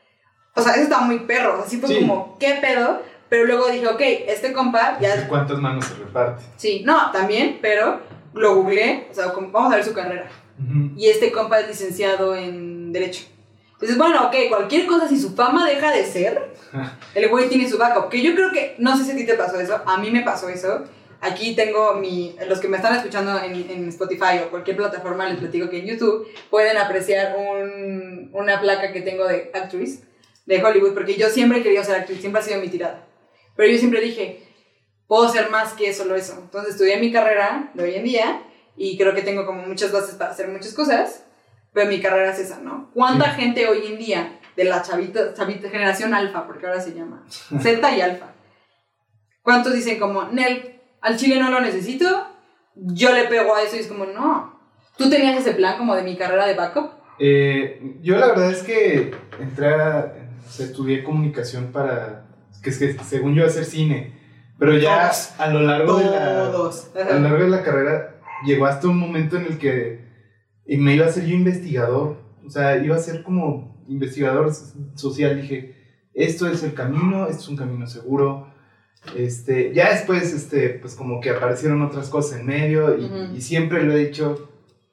O sea, eso estaba muy perro, así fue Sí. como, ¿qué pedo? Pero luego dije, ok, este compa No sé ya... cuántas manos se reparte. Sí, no, también, pero lo googleé, o sea, como, vamos a ver su carrera. Uh-huh. Y este compa es licenciado en Derecho. Entonces, bueno, ok, cualquier cosa, si su fama deja de ser, el güey tiene su backup. Que yo creo que, no sé si a ti te pasó eso, a mí me pasó eso. Aquí tengo mi, los que me están escuchando en, en Spotify o cualquier plataforma, les platico que en YouTube pueden apreciar un, una placa que tengo de actriz de Hollywood, porque yo siempre he querido ser actriz, siempre ha sido mi tirada. Pero yo siempre dije, puedo ser más que solo eso. Entonces estudié mi carrera de hoy en día y creo que tengo como muchas bases para hacer muchas cosas, pero mi carrera es esa, ¿no? ¿Cuánta Sí. gente hoy en día de la chavita, chavita generación alfa, porque ahora se llama Z y alfa, cuántos dicen como, Nel, al chile no lo necesito, yo le pego a eso? Y es como, no. ¿Tú tenías ese plan como de mi carrera de backup? Eh, yo la verdad es que entré a, o sea, estudié comunicación para, que es que según yo hacer cine, pero ya Todos. a lo largo de la, Todos. a lo largo de la carrera llegó hasta un momento en el que me iba a ser yo investigador, o sea, iba a ser como investigador social. Dije, esto es el camino, esto es un camino seguro. Este, ya después, este, pues como que aparecieron otras cosas en medio y, Uh-huh. y siempre lo he dicho,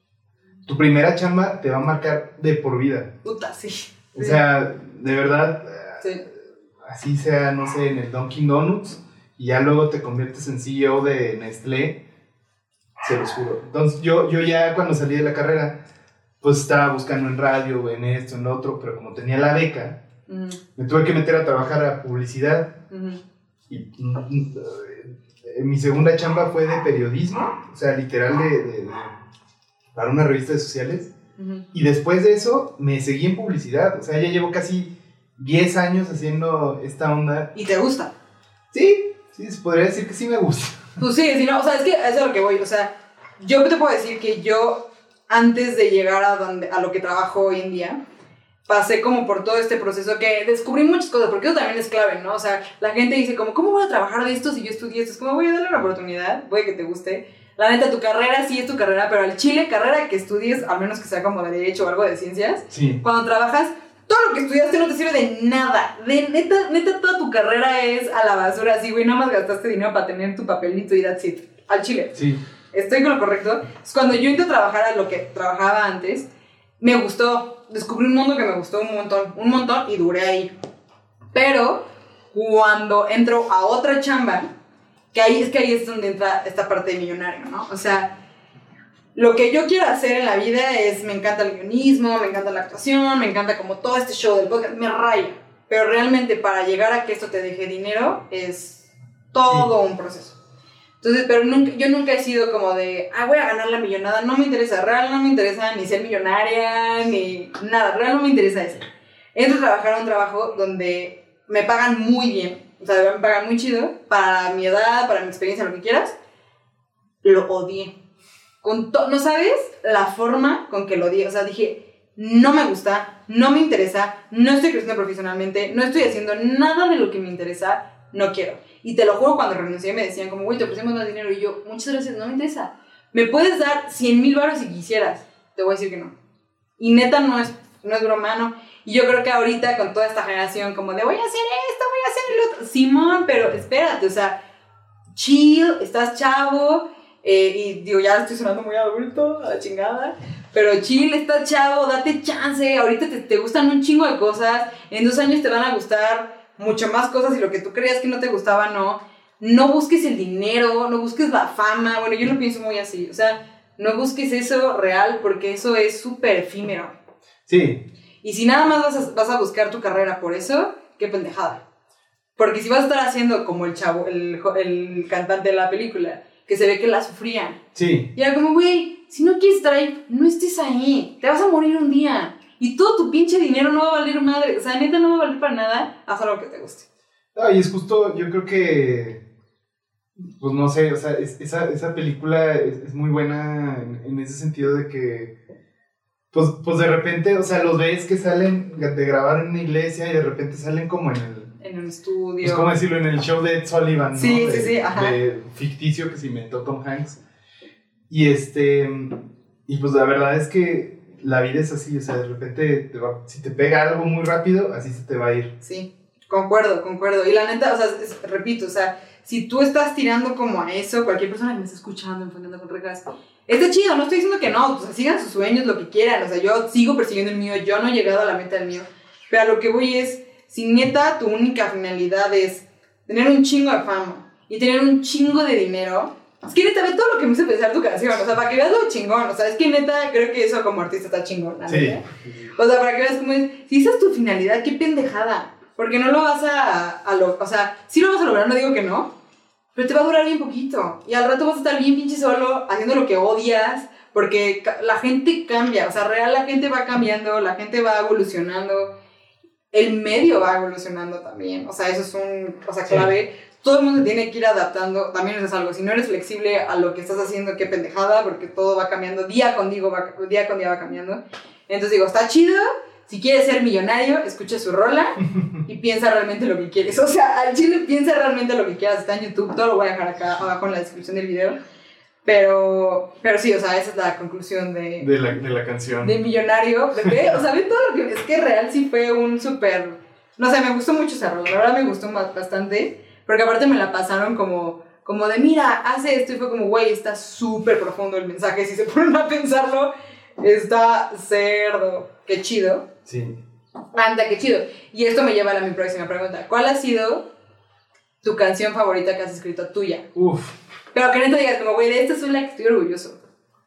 tu primera chamba te va a marcar de por vida. Puta, sí. O sea, de verdad, Sí. así sea, no sé, en el Dunkin' Donuts, y ya luego te conviertes en C E O de Nestlé, se los juro. Entonces yo, yo ya cuando salí de la carrera, pues estaba buscando en radio, en esto, en lo otro, pero como tenía la beca, Uh-huh. me tuve que meter a trabajar a publicidad. Uh-huh. Y mm, eh, mi segunda chamba fue de periodismo, o sea, literal de, de, de para una revista de sociales. Uh-huh. Y después de eso me seguí en publicidad, o sea, ya llevo casi diez años haciendo esta onda. ¿Y te gusta? Sí, sí, se podría decir que sí me gusta. Pues sí, sí, no, o sea, es que eso es a lo que voy, o sea, yo te puedo decir que yo, antes de llegar a, donde, a lo que trabajo hoy en día, pasé como por todo este proceso que descubrí muchas cosas, porque eso también es clave, ¿no? O sea, la gente dice como, ¿cómo voy a trabajar de esto si yo estudié esto? Es como, voy a darle una oportunidad, puede que te guste. La neta, tu carrera sí es tu carrera, pero al chile, carrera que estudies, al menos que sea como de derecho o algo de ciencias, Sí. cuando trabajas, todo lo que estudiaste no te sirve de nada. De neta, neta, toda tu carrera es a la basura, así, güey, nada más gastaste dinero para tener tu papelito y that's it. Al chile. Sí. ¿Estoy con lo correcto? Es cuando yo entré a trabajar a lo que trabajaba antes, me gustó. Descubrí un mundo que me gustó un montón, un montón y duré ahí. Pero cuando entro a otra chamba, que ahí es que ahí es donde entra esta parte de millonario, ¿no? O sea, lo que yo quiero hacer en la vida es, me encanta el guionismo, me encanta la actuación, me encanta como todo este show del podcast, me raya. Pero realmente para llegar a que esto te deje dinero es todo sí. un proceso. Entonces, pero nunca, yo nunca he sido como de, ah, voy a ganar la millonada, no me interesa, real no me interesa ni ser millonaria, ni nada, real no me interesa eso. Entro a trabajar a un trabajo donde me pagan muy bien, o sea, me pagan muy chido, para mi edad, para mi experiencia, lo que quieras, lo odié. Con to- no sabes la forma con que lo odié, o sea, dije, no me gusta, no me interesa, no estoy creciendo profesionalmente, no estoy haciendo nada de lo que me interesa, no quiero. Y te lo juro, cuando renuncié me decían como, güey, te ofrecemos más dinero. Y yo, muchas gracias, no me interesa. Me puedes dar cien mil baros si quisieras. Te voy a decir que no. Y neta, no es, no es broma, no. Y yo creo que ahorita con toda esta generación como de, voy a hacer esto, voy a hacer el otro. Simón, pero espérate, o sea, chill, estás chavo. Eh, y digo, ya estoy sonando muy adulto, a la chingada. Pero chill, estás chavo, date chance. Ahorita te, te gustan un chingo de cosas. En dos años te van a gustar mucho más cosas y lo que tú creías que no te gustaba, no. No busques el dinero, no busques la fama. Bueno, yo lo pienso muy así. O sea, no busques eso real porque eso es súper efímero. Sí. Y si nada más vas a, vas a buscar tu carrera por eso, qué pendejada. Porque si vas a estar haciendo como el chavo, el, el cantante de la película, que se ve que la sufría. Sí. Y era como, güey, si no quieres estar ahí, no estés ahí. Te vas a morir un día. Y todo tu pinche dinero no va a valer madre. O sea, neta no va a valer para nada. Haz algo que te guste. Ah, y es justo, yo creo que, pues no sé, o sea, es, esa, esa película es, es muy buena en, en ese sentido de que, pues, pues de repente, o sea, los ves que salen de grabar en una iglesia y de repente salen como en el... En un estudio. Pues, ¿cómo decirlo? En el show de Ed Sullivan, ¿no? Sí, de, sí, sí, ajá. De ficticio que se inventó Tom Hanks. Y este, y pues la verdad es que la vida es así, o sea, de repente, te va, si te pega algo muy rápido, así se te va a ir. Sí, concuerdo, concuerdo. Y la neta, o sea, es, repito, o sea, si tú estás tirando como a eso, cualquier persona que me esté escuchando, enfundando con rejas, está chido, no estoy diciendo que no, o sea, sigan sus sueños, lo que quieran, o sea, yo sigo persiguiendo el mío, yo no he llegado a la meta del mío, pero a lo que voy es, si neta tu única finalidad es tener un chingo de fama y tener un chingo de dinero, es que neta, ve todo lo que me hizo pensar tu canción, o sea, para que veas lo chingón, o sea, es que neta, creo que eso como artista está chingón, ¿no? Sí. O sea, para que veas cómo es, si esa es tu finalidad, qué pendejada, porque no lo vas a, a lo, o sea, sí lo vas a lograr, no digo que no, pero te va a durar bien poquito, y al rato vas a estar bien pinche solo, haciendo lo que odias, porque la gente cambia, o sea, real la gente va cambiando, la gente va evolucionando, el medio va evolucionando también, o sea, eso es un, o sea, clave. Sí. Todo el mundo tiene que ir adaptando, también eso es algo, si no eres flexible a lo que estás haciendo, qué pendejada, porque todo va cambiando, día con día va, día, con día va cambiando. Entonces digo, está chido, si quieres ser millonario, escucha su rola y piensa realmente lo que quieres. O sea, al chile piensa realmente lo que quieras, está en YouTube, todo lo voy a dejar acá abajo en la descripción del video. Pero, pero sí, o sea, esa es la conclusión de... De la, de la canción. De Millonario. ¿De qué? O sea, ve todo lo que... Es que real sí fue un súper... No sé, me gustó mucho esa rola, la verdad me gustó bastante. Porque aparte me la pasaron como, como de, mira, hace esto. Y fue como, güey, está súper profundo el mensaje. Si se ponen a pensarlo, está cerdo. Qué chido. Sí. Anda, qué chido. Y esto me lleva a mi próxima pregunta. ¿Cuál ha sido tu canción favorita que has escrito tuya? Uf. Pero que no te digas como, güey, de esta soy la que estoy orgulloso.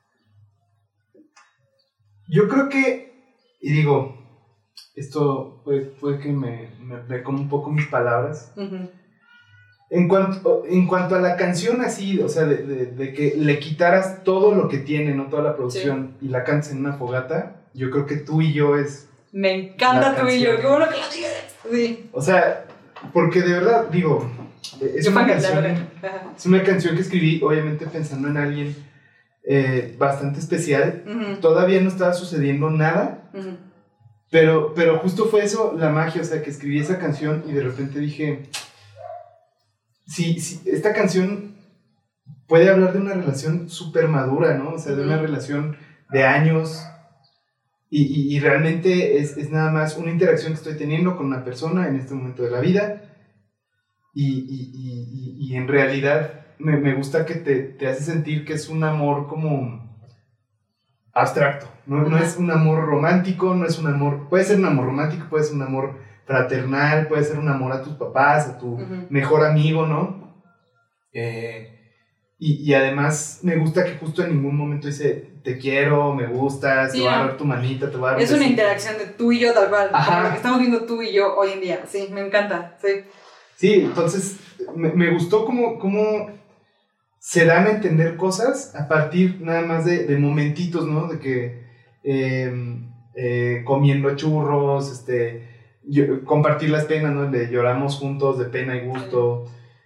Yo creo que, y digo, esto puede, puede que me, me aplique como un poco mis palabras. Uh-huh. En cuanto, en cuanto a la canción así, o sea, de, de, de que le quitaras todo lo que tiene, ¿no? Toda la producción, sí, y la cantes en una fogata, yo creo que Tú y Yo es... Me encanta Tú y Yo, qué bueno que lo digas. Sí. O sea, porque de verdad, digo, es una canción, es una canción que escribí, obviamente pensando en alguien eh, bastante especial. Uh-huh. Todavía no estaba sucediendo nada, uh-huh, pero, pero justo fue eso, la magia, o sea, que escribí esa canción y de repente dije... Sí, sí, esta canción puede hablar de una relación súper madura, ¿no? O sea, de una relación de años y, y, y realmente es, es nada más una interacción que estoy teniendo con una persona en este momento de la vida y, y, y, y, y en realidad me, me gusta que te, te hace sentir que es un amor como abstracto, ¿no? No es un amor romántico, no es un amor, puede ser un amor romántico, puede ser un amor fraternal, puede ser un amor a tus papás, a tu uh-huh. mejor amigo, ¿no? Eh, Y, y además me gusta que justo en ningún momento dice, te quiero, me gustas, Sí, te voy a no. dar tu manita, te voy a dar Es un una besito. interacción de tú y yo tal cual, Ajá. como lo que estamos viendo tú y yo hoy en día. Sí, me encanta, sí. Sí, entonces me, me gustó cómo, cómo se dan a entender cosas a partir nada más de, de momentitos, ¿no? De que eh, eh, comiendo churros, este, yo- compartir las penas, ¿no? De lloramos juntos de pena y gusto.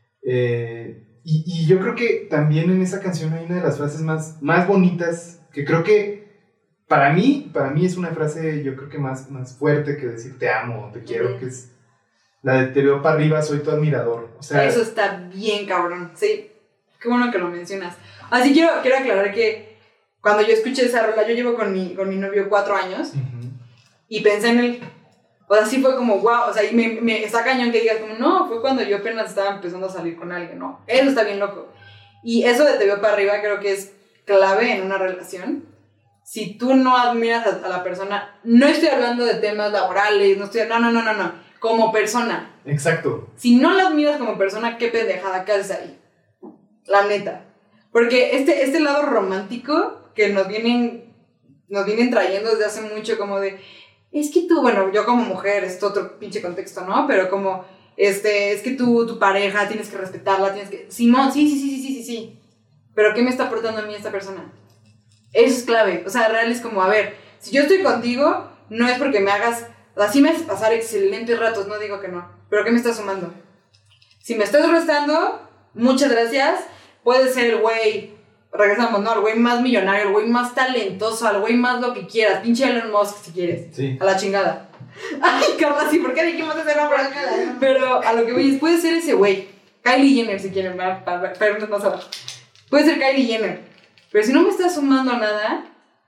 Eh, y, y yo creo que también en esa canción hay una de las frases más, más bonitas, que creo que para mí, para mí es una frase yo creo que más, más fuerte que decir te amo o te quiero, Ujú. que es la de te veo para arriba, soy tu admirador. O sea, Eso está bien cabrón, sí. Qué bueno que lo mencionas. Así quiero, quiero aclarar que cuando yo escuché esa rola, yo llevo con mi, con mi novio cuatro años ujú. y pensé en él. O sea, sí fue como, wow, o sea, y me, me está cañón que digas como, no, fue cuando yo apenas estaba empezando a salir con alguien, no. Eso está bien loco. Y eso de te veo para arriba creo que es clave en una relación. Si tú no admiras a, a la persona, no estoy hablando de temas laborales, no estoy, no, no, no, no, no, como persona. Exacto. Si no la admiras como persona, qué pendejada, ¿qué haces ahí? La neta. Porque este, este lado romántico que nos vienen, nos vienen trayendo desde hace mucho, como de, es que tú, bueno, yo como mujer, es otro pinche contexto, ¿no? Pero como, este, es que tú, tu pareja, tienes que respetarla, tienes que... Simón, sí, sí, sí, sí, sí, sí, sí. Pero ¿qué me está aportando a mí esta persona? Eso es clave. O sea, real es como, a ver, si yo estoy contigo, no es porque me hagas... O sea, sí me haces pasar excelentes ratos, no digo que no. Pero ¿qué me estás sumando? Si me estás restando, muchas gracias. Puede ser el güey, regresamos, ¿no? El güey más millonario, el güey más talentoso, el güey más lo que quieras. Pinche Elon Musk, si quieres. Sí. A la chingada. Ay, Carla, sí, ¿por qué dijimos ese nombre? Pero a lo que voy es, puede ser ese güey. Kylie Jenner, si quieren, para, para, para irnos más abajo. Puede ser Kylie Jenner. Pero si no me estás sumando nada,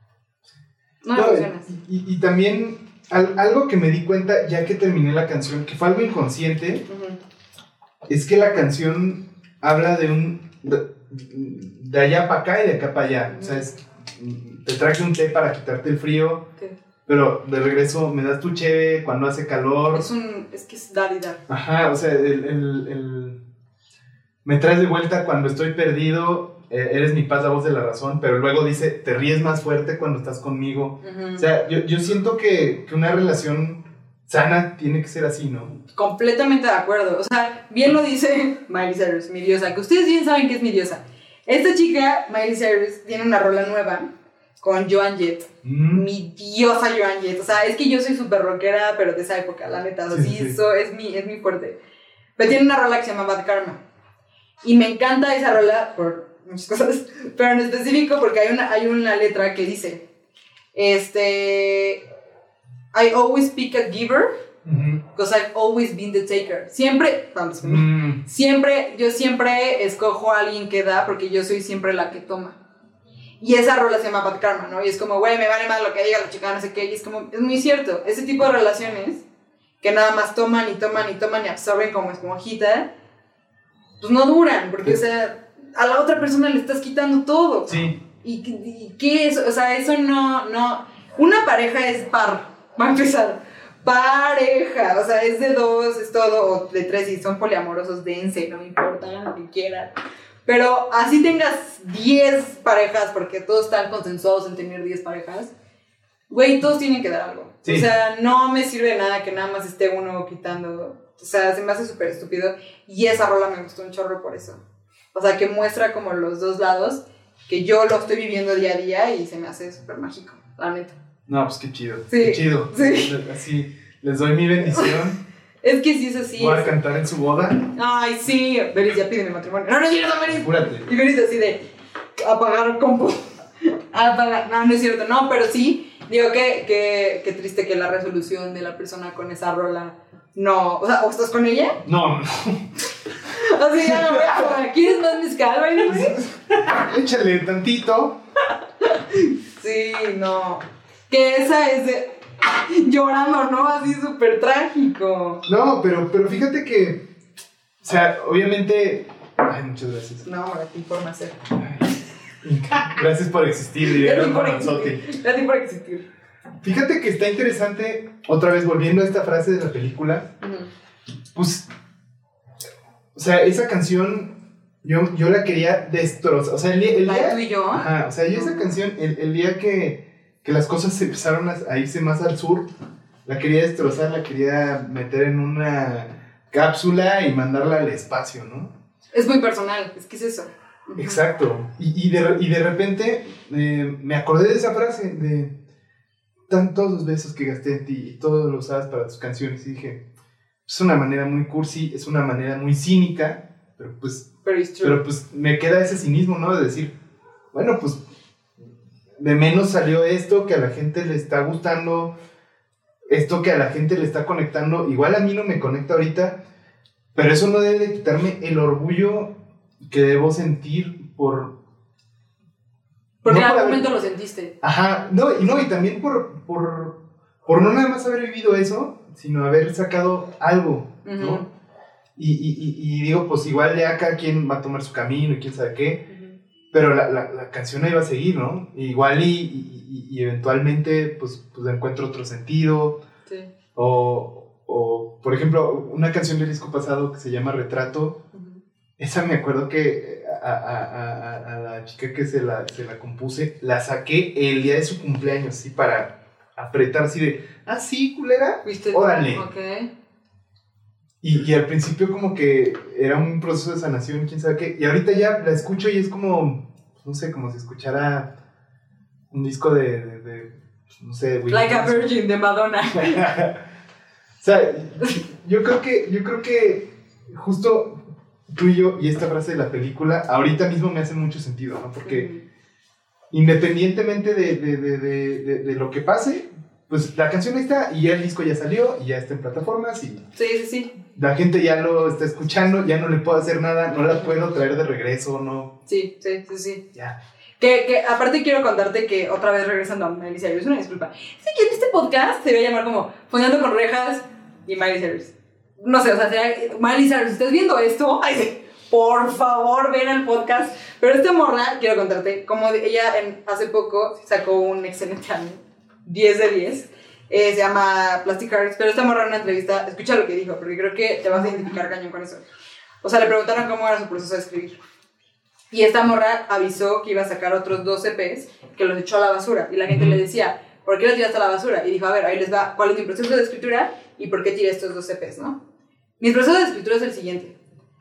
no me No, emocionas. y, y- y también al- algo que me di cuenta ya que terminé la canción, que fue algo inconsciente, Ujú. es que la canción habla de un... de, de allá para acá y de acá para allá. O sea, es, te traje un té para quitarte el frío, ¿Qué? pero de regreso me das tu cheve cuando hace calor. Es un, es que es dar y dar. Ajá, o sea, el, el, el- me traes de vuelta cuando estoy perdido, eh, eres mi paz, la voz de la razón, pero luego dice, te ríes más fuerte cuando estás conmigo. Ujú. O sea, yo, yo siento que, que una relación sana tiene que ser así, ¿no? Completamente de acuerdo. O sea, bien lo dice Miley Cyrus, mi diosa, que ustedes bien saben que es mi diosa. Esta chica, Miley Cyrus, tiene una rola nueva con Joan Jett. Mm. Mi diosa Joan Jett. O sea, es que yo soy súper rockera, pero de esa época, la neta. O sea, Sí, sí, sí. eso es mi, es mi fuerte. Pero tiene una rola que se llama Bad Karma. Y me encanta esa rola por muchas cosas, pero en específico porque hay una, hay una letra que dice, este, I always pick a giver, Ujú. because I've always been the taker. Siempre, vamos, Mm. siempre, yo siempre escojo a alguien que da porque yo soy siempre la que toma. Y esa rola se llama Bad Karma, ¿no? Y es como, güey, me vale más lo que diga la chica, no sé qué. Y es como, es muy cierto. Ese tipo de relaciones que nada más toman y toman y toman y absorben como esponjita, pues no duran, porque, o sea, a la otra persona le estás quitando todo. Sí. ¿Y, y qué es? O sea, eso no, no... Una pareja es par, va a empezar. Pareja, o sea, es de dos, es todo, o de tres, y son poliamorosos, dense, no me importa, lo que quieran. Pero así tengas diez parejas, porque todos están consensuados en tener diez parejas, güey, todos tienen que dar algo. Sí. O sea, no me sirve de nada que nada más esté uno quitando. O sea, se me hace súper estúpido. Y esa rola me gustó un chorro por eso. O sea, que muestra como los dos lados, que yo lo estoy viviendo día a día y se me hace súper mágico, la neta. No, pues qué chido. Sí, Qué chido. sí. Así, les doy mi bendición. Es que sí es así. Voy a es- cantar en su boda. Ay, sí. Beris, ya pídeme matrimonio. No, no es cierto, Beris. Apúrate. Y Beris así de apagar compu. Apagar. No, no es cierto. No, pero sí. Digo que, que, que triste que la resolución de la persona con esa rola no. O sea, ¿o estás con ella? No, no. Así ya no voy a jugar. ¿Quieres más mezcal, baile, Beris? Échale tantito. Sí, no. Que esa es de llorando, ¿no? Así súper trágico. No, pero, pero fíjate que, o sea, obviamente... Ay, muchas gracias. No, para ti por nacer. Ay, gracias por existir, diría Gracias por Ramonzotti. existir. Gracias por existir. Fíjate que está interesante, otra vez volviendo a esta frase de la película, Ujú. pues, o sea, esa canción yo, yo la quería destrozar. O sea, el, el ¿La día. de tú y yo? Ajá, o sea, yo esa canción, el, el día que, que las cosas empezaron a, a irse más al sur, la quería destrozar, la quería meter en una cápsula y mandarla al espacio, ¿no? Es muy personal, es que es eso. Uh-huh. Exacto. Y, y, de, y de repente eh, me acordé de esa frase de tantos los besos que gasté en ti y todos los usabas para tus canciones y dije, es una manera muy cursi, es una manera muy cínica, pero pues, pero pues me queda ese cinismo, ¿no? De decir, bueno, pues de menos salió esto que a la gente le está gustando, esto que a la gente le está conectando, igual a mí no me conecta ahorita, pero eso no debe de quitarme el orgullo que debo sentir por... Porque no en por algún haber, momento lo sentiste. Ajá, no, y, no, y también por, por, por no nada más haber vivido eso, sino haber sacado algo, uh-huh. ¿no? Y, y, y, y digo, pues igual ya cada quien va a tomar su camino y quién sabe qué, uh-huh. pero la, la, la canción ahí va a seguir, ¿no? Igual y, y, y eventualmente pues, pues encuentro otro sentido. Sí. O, o, por ejemplo, una canción del disco pasado que se llama Retrato, uh-huh. esa me acuerdo que a, a, a, a la chica que se la, se la compuse, la saqué el día de su cumpleaños, sí, para apretar así de, ah, sí, culera, órale. Okay. Y, y al principio como que era un proceso de sanación, quién sabe qué, y ahorita ya la escucho y es como, no sé, como si escuchara un disco de, de, de no sé, William Like Johnson. A Virgin de Madonna. O sea, yo creo que, yo creo que justo tú y yo y esta frase de la película ahorita mismo me hace mucho sentido, ¿no? Porque mm. independientemente de, de, de, de, de, de lo que pase, pues la canción está y ya el disco ya salió y ya está en plataformas y sí, sí, sí. La gente ya lo está escuchando, ya no le puedo hacer nada, no la puedo traer de regreso, ¿no? Sí, sí, sí, sí. Ya. Que, que aparte quiero contarte que otra vez regresando a Miley Cyrus, una disculpa. Sí, que en este podcast se va a llamar como Fondeando con Rejas y Miley Cyrus. No sé, o sea, será Miley Cyrus, ¿estás viendo esto? Ay, sí. Por favor, ven al podcast. Pero esta morra, quiero contarte, como ella en, hace poco sacó un excelente álbum, diez de diez, eh, se llama Plastic Hearts, pero esta morra en una entrevista, escucha lo que dijo, porque creo que te vas a identificar cañón con eso. O sea, le preguntaron cómo era su proceso de escribir. Y esta morra avisó que iba a sacar otros dos E Pes que los echó a la basura. Y la gente le decía, ¿por qué los tiraste a la basura? Y dijo, a ver, ahí les va, ¿cuál es mi proceso de escritura? ¿Y por qué tiré estos dos E Pes, no? Mi proceso de escritura es el siguiente.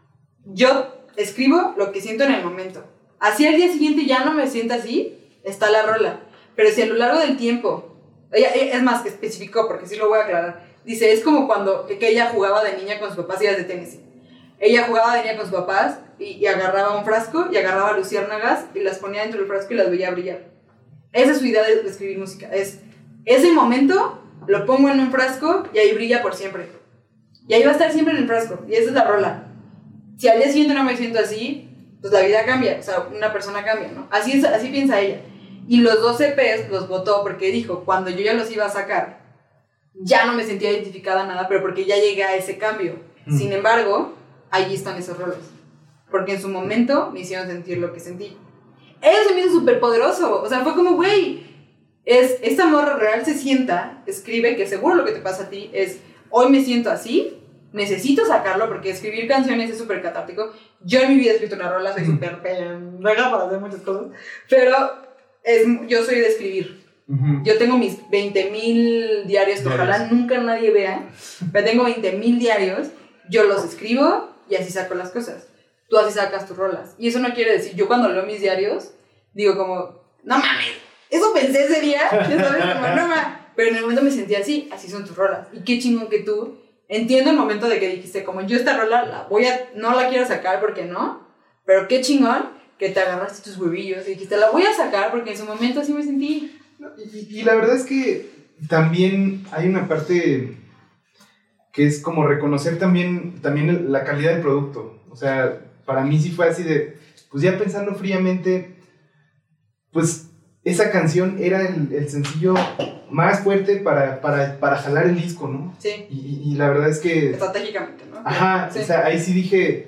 Yo escribo lo que siento en el momento. Así al día siguiente ya no me siento así, está la rola. Pero si a lo largo del tiempo, ella, es más, que especificó, porque sí lo voy a aclarar, dice, es como cuando que ella jugaba de niña con sus papás y era de Tennessee. Ella jugaba de niña con sus papás y, y agarraba un frasco y agarraba luciérnagas y las ponía dentro del frasco y las veía brillar. Esa es su idea de, de escribir música. Es ese momento, lo pongo en un frasco y ahí brilla por siempre. Y ahí va a estar siempre en el frasco. Y esa es la rola. Si al día siguiente no me siento así, pues la vida cambia. O sea, una persona cambia, ¿no? Así, es, así piensa ella. Y los dos E Pes los votó porque dijo, cuando yo ya los iba a sacar, ya no me sentía identificada nada, pero porque ya llegué a ese cambio. Mm. Sin embargo, allí están esos roles. Porque en su momento me hicieron sentir lo que sentí. Eso se me hizo súper poderoso. O sea, fue como, güey, es, esta morra real se sienta, escribe, que seguro lo que te pasa a ti es, hoy me siento así, necesito sacarlo porque escribir canciones es súper catártico. Yo en mi vida he escrito una rola, soy súper pendeja para hacer muchas cosas, pero es, yo soy de escribir. Uh-huh. Yo tengo mis veinte mil diarios que ojalá nunca nadie vea, pero tengo veinte mil diarios, yo los escribo y así saco las cosas. Tú así sacas tus rolas. Y eso no quiere decir, yo cuando leo mis diarios, digo como, no mames, eso pensé ese día, ya sabes, como, no mames. Pero en el momento me sentía así, así son tus rolas. Y qué chingón que tú, entiendo el momento de que dijiste, como yo esta rola la voy a, no la quiero sacar porque no, pero qué chingón que te agarraste tus huevillos y dijiste, la voy a sacar porque en su momento así me sentí. Y, y la verdad es que también hay una parte que es como reconocer también, también la calidad del producto. O sea, para mí sí fue así de, pues ya pensando fríamente, pues esa canción era el, el sencillo más fuerte para, para, para jalar el disco, ¿no? Sí. Y, y, y la verdad es que... Estratégicamente, ¿no? Ajá, sí. O sea, ahí sí dije,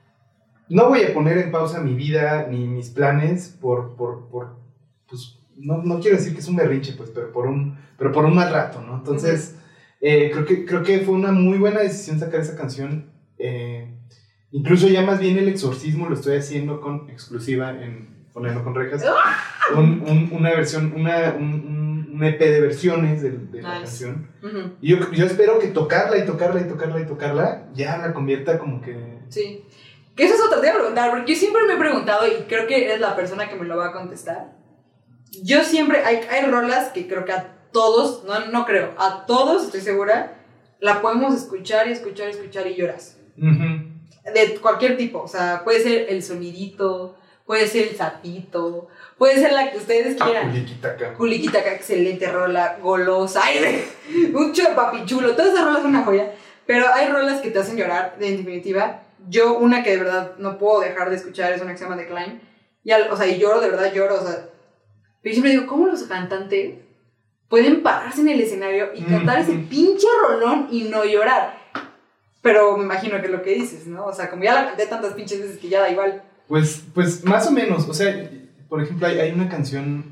no voy a poner en pausa mi vida ni mis planes por, por, por pues, no, no quiero decir que es un berrinche, pues, pero por un, pero por un mal rato, ¿no? Entonces, uh-huh. eh, creo que, creo que fue una muy buena decisión sacar esa canción, eh, Incluso ya más bien el exorcismo lo estoy haciendo con exclusiva en Fondeando con Rejas. Un, un, una versión, una, un, un E P de versiones de, de la nice. canción. Uh-huh. Y yo, yo espero que tocarla y tocarla y tocarla y tocarla ya la convierta como que... Sí. Que eso es otra, te iba a preguntar, porque yo siempre me he preguntado, y creo que eres la persona que me lo va a contestar. Yo siempre, hay, hay rolas que creo que a todos, no, no creo, a todos, estoy segura, la podemos escuchar y escuchar y escuchar y lloras. Uh-huh. De cualquier tipo, o sea, puede ser el sonidito, puede ser el sapito, puede ser la que ustedes quieran. Culiquitaca. Culiquitaca, excelente rola, golosa, ay, un chulo papichulo, todas esas rolas son una joya, pero hay rolas que te hacen llorar, en definitiva. Yo, una que de verdad no puedo dejar de escuchar es una que se llama Decline, y al, o sea, y lloro, de verdad lloro, o sea, pero siempre digo, ¿cómo los cantantes pueden pararse en el escenario y cantar ese pinche rolón y no llorar? Pero me imagino que es lo que dices, ¿no? O sea, como ya la canté tantas pinches veces que ya da igual. Pues, pues más o menos, o sea, por ejemplo, hay, hay una canción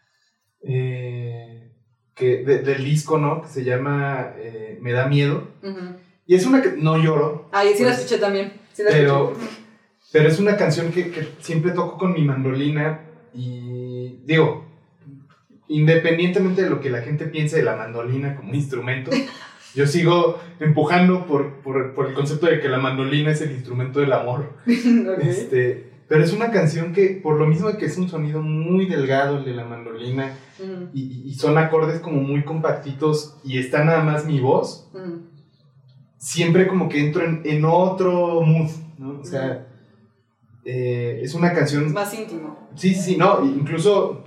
eh, que de, del disco, ¿no? Que se llama eh, Me da miedo. Uh-huh. Y es una que no lloro. Ay, sí pues, la escuché también. Sí la pero, escuché. pero es una canción que, que siempre toco con mi mandolina y digo, independientemente de lo que la gente piense de la mandolina como instrumento, yo sigo empujando por, por, por el concepto de que la mandolina es el instrumento del amor. Okay. Este, pero es una canción que, por lo mismo de que es un sonido muy delgado el de la mandolina, Uh-huh. y, y son acordes como muy compactitos y está nada más mi voz, Uh-huh. siempre como que entro en, en otro mood, ¿no? O sea, Uh-huh. eh, es una canción... Es más íntimo. Sí, sí, sí, no, incluso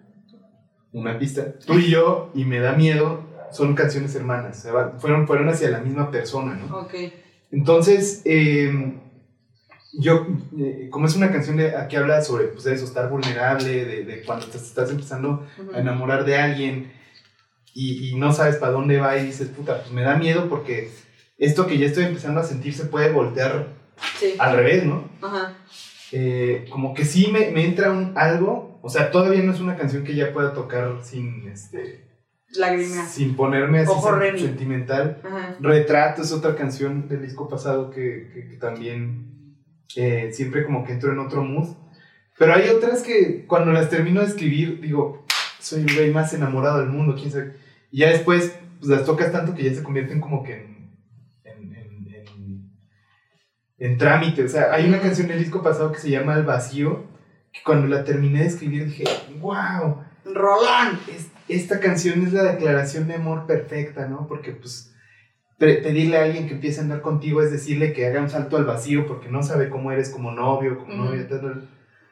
una pista, tú y yo, y Me da miedo, son canciones hermanas, o sea, fueron, fueron hacia la misma persona, ¿no? Ok. Entonces, eh, yo, eh, como es una canción de, que habla sobre pues, eso, estar vulnerable, de, de cuando te estás empezando Uh-huh. a enamorar de alguien y, y no sabes para dónde va y dices, puta, pues me da miedo porque esto que ya estoy empezando a sentir se puede voltear Sí. al revés, ¿no? Ajá. Eh, como que sí me, me entra un algo, o sea, todavía no es una canción que ya pueda tocar sin, este, Lágrimas. sin ponerme así Ojo, sen- Remy. sentimental. Ajá. Retrato es otra canción del disco pasado que, que, que también eh, siempre como que entro en otro mood. Pero hay otras que cuando las termino de escribir digo, soy el güey más enamorado del mundo, quién sabe. Y ya después pues, las tocas tanto que ya se convierten como que en, en, en, en, en trámite. O sea, hay una canción del disco pasado que se llama El Vacío, que cuando la terminé de escribir dije, wow, Rolón. es, esta canción es la declaración de amor perfecta, ¿no? Porque pues pre- pedirle a alguien que empiece a andar contigo es decirle que haga un salto al vacío porque no sabe cómo eres como novio, como Uh-huh. novia, tal, tal.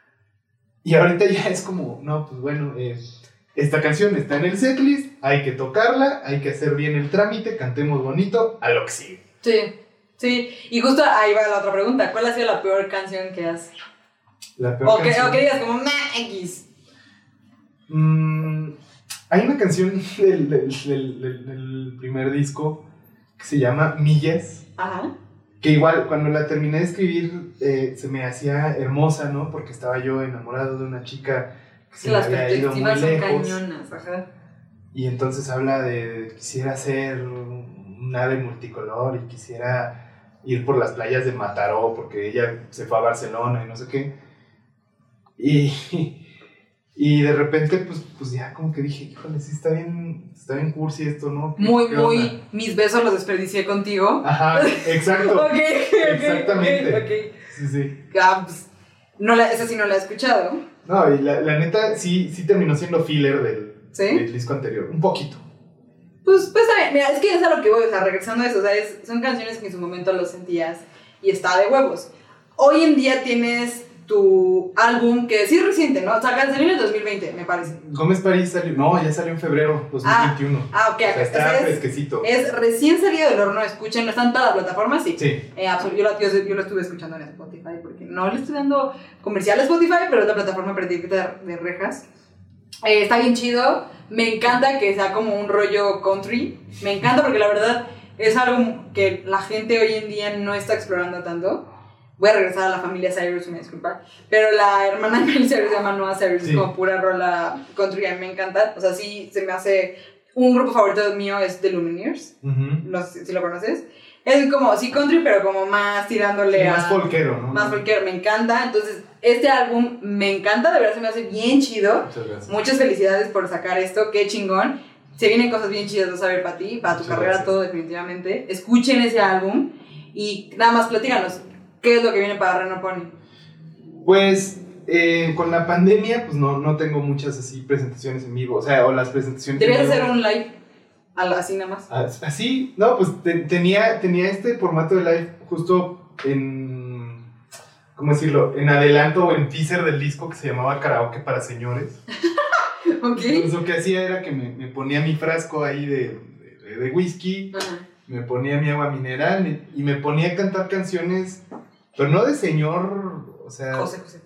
Y ahorita ya es como, no, pues bueno, eh, esta canción está en el setlist, hay que tocarla, hay que hacer bien el trámite, cantemos bonito, a lo que sigue. Sí. Sí. Y justo ahí va la otra pregunta. ¿Cuál ha sido la peor canción que has... La peor O que, canción. o que digas como, nah, X. Mm, hay una canción del, del, del, del, del primer disco que se llama Millas. Ajá. Que igual, cuando la terminé de escribir, eh, se me hacía hermosa, ¿no? Porque estaba yo enamorado de una chica que se Que me las había ido muy perspectivas son lejos. cañonas, ajá. Y entonces habla de quisiera ser un ave multicolor y quisiera ir por las playas de Mataró porque ella se fue a Barcelona y no sé qué. Y, y de repente, pues, pues ya como que dije, híjole, sí está bien, está bien cursi esto, ¿no? ¿Qué- Muy, qué muy, onda? mis besos los desperdicié contigo. Ajá, exacto. Ok, ok, Exactamente. ok, ok. Sí, sí. Ah, pues, no la, esa sí no la he escuchado. No, y la, la neta sí, sí terminó siendo filler del, ¿Sí? del disco anterior, un poquito. Pues, pues, a ver, mira, es que es a lo que voy, o sea, regresando a eso, o sea, es- son canciones que en su momento lo sentías y está de huevos. Hoy en día tienes tu álbum, que sí es reciente, ¿no? O sea, salió en el dos mil veinte, me parece. Gómez París salió, no, ya salió en febrero dos mil veintiuno. Ah, ok, O sea, está o sea, es, fresquecito. es recién salido del horno, escuchen, ¿no están en todas las plataformas? Sí. Sí. Eh, absol- yo, lo, yo, yo lo estuve escuchando en Spotify, porque no le estoy dando comercial a Spotify, pero es la plataforma predicta de rejas. Eh, está bien chido, me encanta que sea como un rollo country, me encanta porque la verdad es algo que la gente hoy en día no está explorando tanto. Voy a regresar a la familia Cyrus, me disculpa, pero la hermana de Miley Cyrus se llama Noah Cyrus, Sí. es como pura rola country, a mí me encanta, o sea, sí se me hace, un grupo favorito mío es The Lumineers, Ujú. no sé si lo conoces. Es como, sí, country, pero como más tirándole Sí, a... más folquero, ¿no? Más folquero, me encanta. Entonces, este álbum me encanta, de verdad se me hace bien chido. Muchas gracias. Muchas felicidades por sacar esto, qué chingón. Se vienen cosas bien chidas, vas a ver para ti, para tu Muchas carrera, gracias. todo definitivamente. Escuchen ese álbum y nada más platícanos, ¿qué es lo que viene para Reno Pony? Pues eh, con la pandemia, pues no, no tengo muchas así presentaciones en vivo. O sea, o las presentaciones Debías en vivo. hacer un live, al- así nada más. As- Así, no, pues te- tenía, tenía este formato de live justo en, ¿cómo decirlo? En adelanto o en teaser del disco que se llamaba Karaoke para Señores. Ok. Entonces lo que hacía era que me, me ponía mi frasco ahí de, de, de whisky, Ajá. me ponía mi agua mineral y, y me ponía a cantar canciones, pero no de señor, o sea... José, José.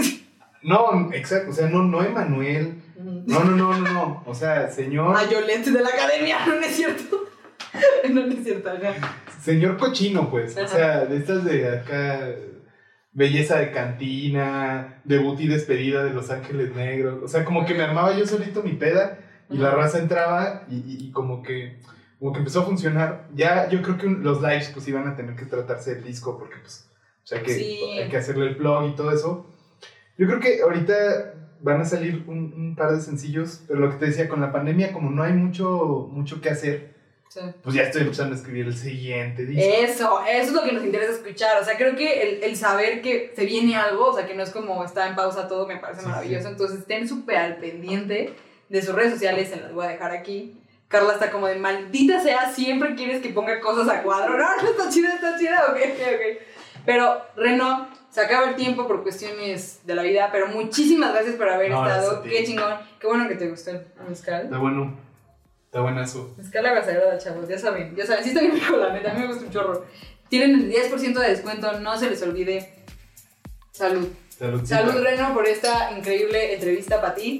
No, exacto, o sea, no, no Emanuel, Ujú. no, no, no, no, no, o sea, señor... Ah, Yolette de la academia, no, no es cierto. No, no es cierto, ajá. Señor cochino, pues. Ajá. O sea, de estas de acá. Belleza de cantina, debut y despedida de Los Ángeles Negros. O sea, como que me armaba yo solito mi peda y la Ajá. raza entraba y, y, y como que como que empezó a funcionar. Ya yo creo que un- los lives pues iban a tener que tratarse del disco porque pues o sea, que Sí. hay que hacerle el blog y todo eso. Yo creo que ahorita van a salir un, un par de sencillos, pero lo que te decía, con la pandemia como no hay mucho, mucho que hacer, Sí. pues ya estoy empezando a escribir el siguiente disco. Eso, eso es lo que nos interesa escuchar. O sea, creo que el, el saber que se viene algo, o sea, que no es como está en pausa todo, me parece Sí, maravilloso. sí. Entonces, estén súper al pendiente de sus redes sociales, se las voy a dejar aquí. Carla está como de maldita sea, siempre quieres que ponga cosas a cuadro. No, no está chida, está chida, ok, ok, ok. Pero, Reno, se acaba el tiempo por cuestiones de la vida, pero muchísimas gracias por haber No, estado. gracias a ti. Qué chingón, qué bueno que te gustó el mezcal. Está bueno, está buenazo. Mezcal la sagrada, chavos, ya saben, ya saben, sí está bien rico, la neta, a mí me gusta un chorro. Tienen el diez por ciento de descuento, no se les olvide. Salud. Saludcita. Salud, Reno, por esta increíble entrevista para ti.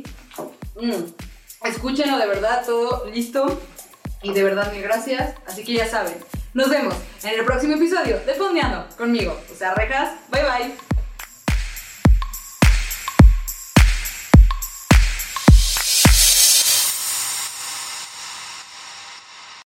Mm. Escúchenlo, de verdad, todo listo. Y de verdad, mil gracias. Así que ya saben, nos vemos en el próximo episodio de Fondeando conmigo. O sea, rejas, bye bye.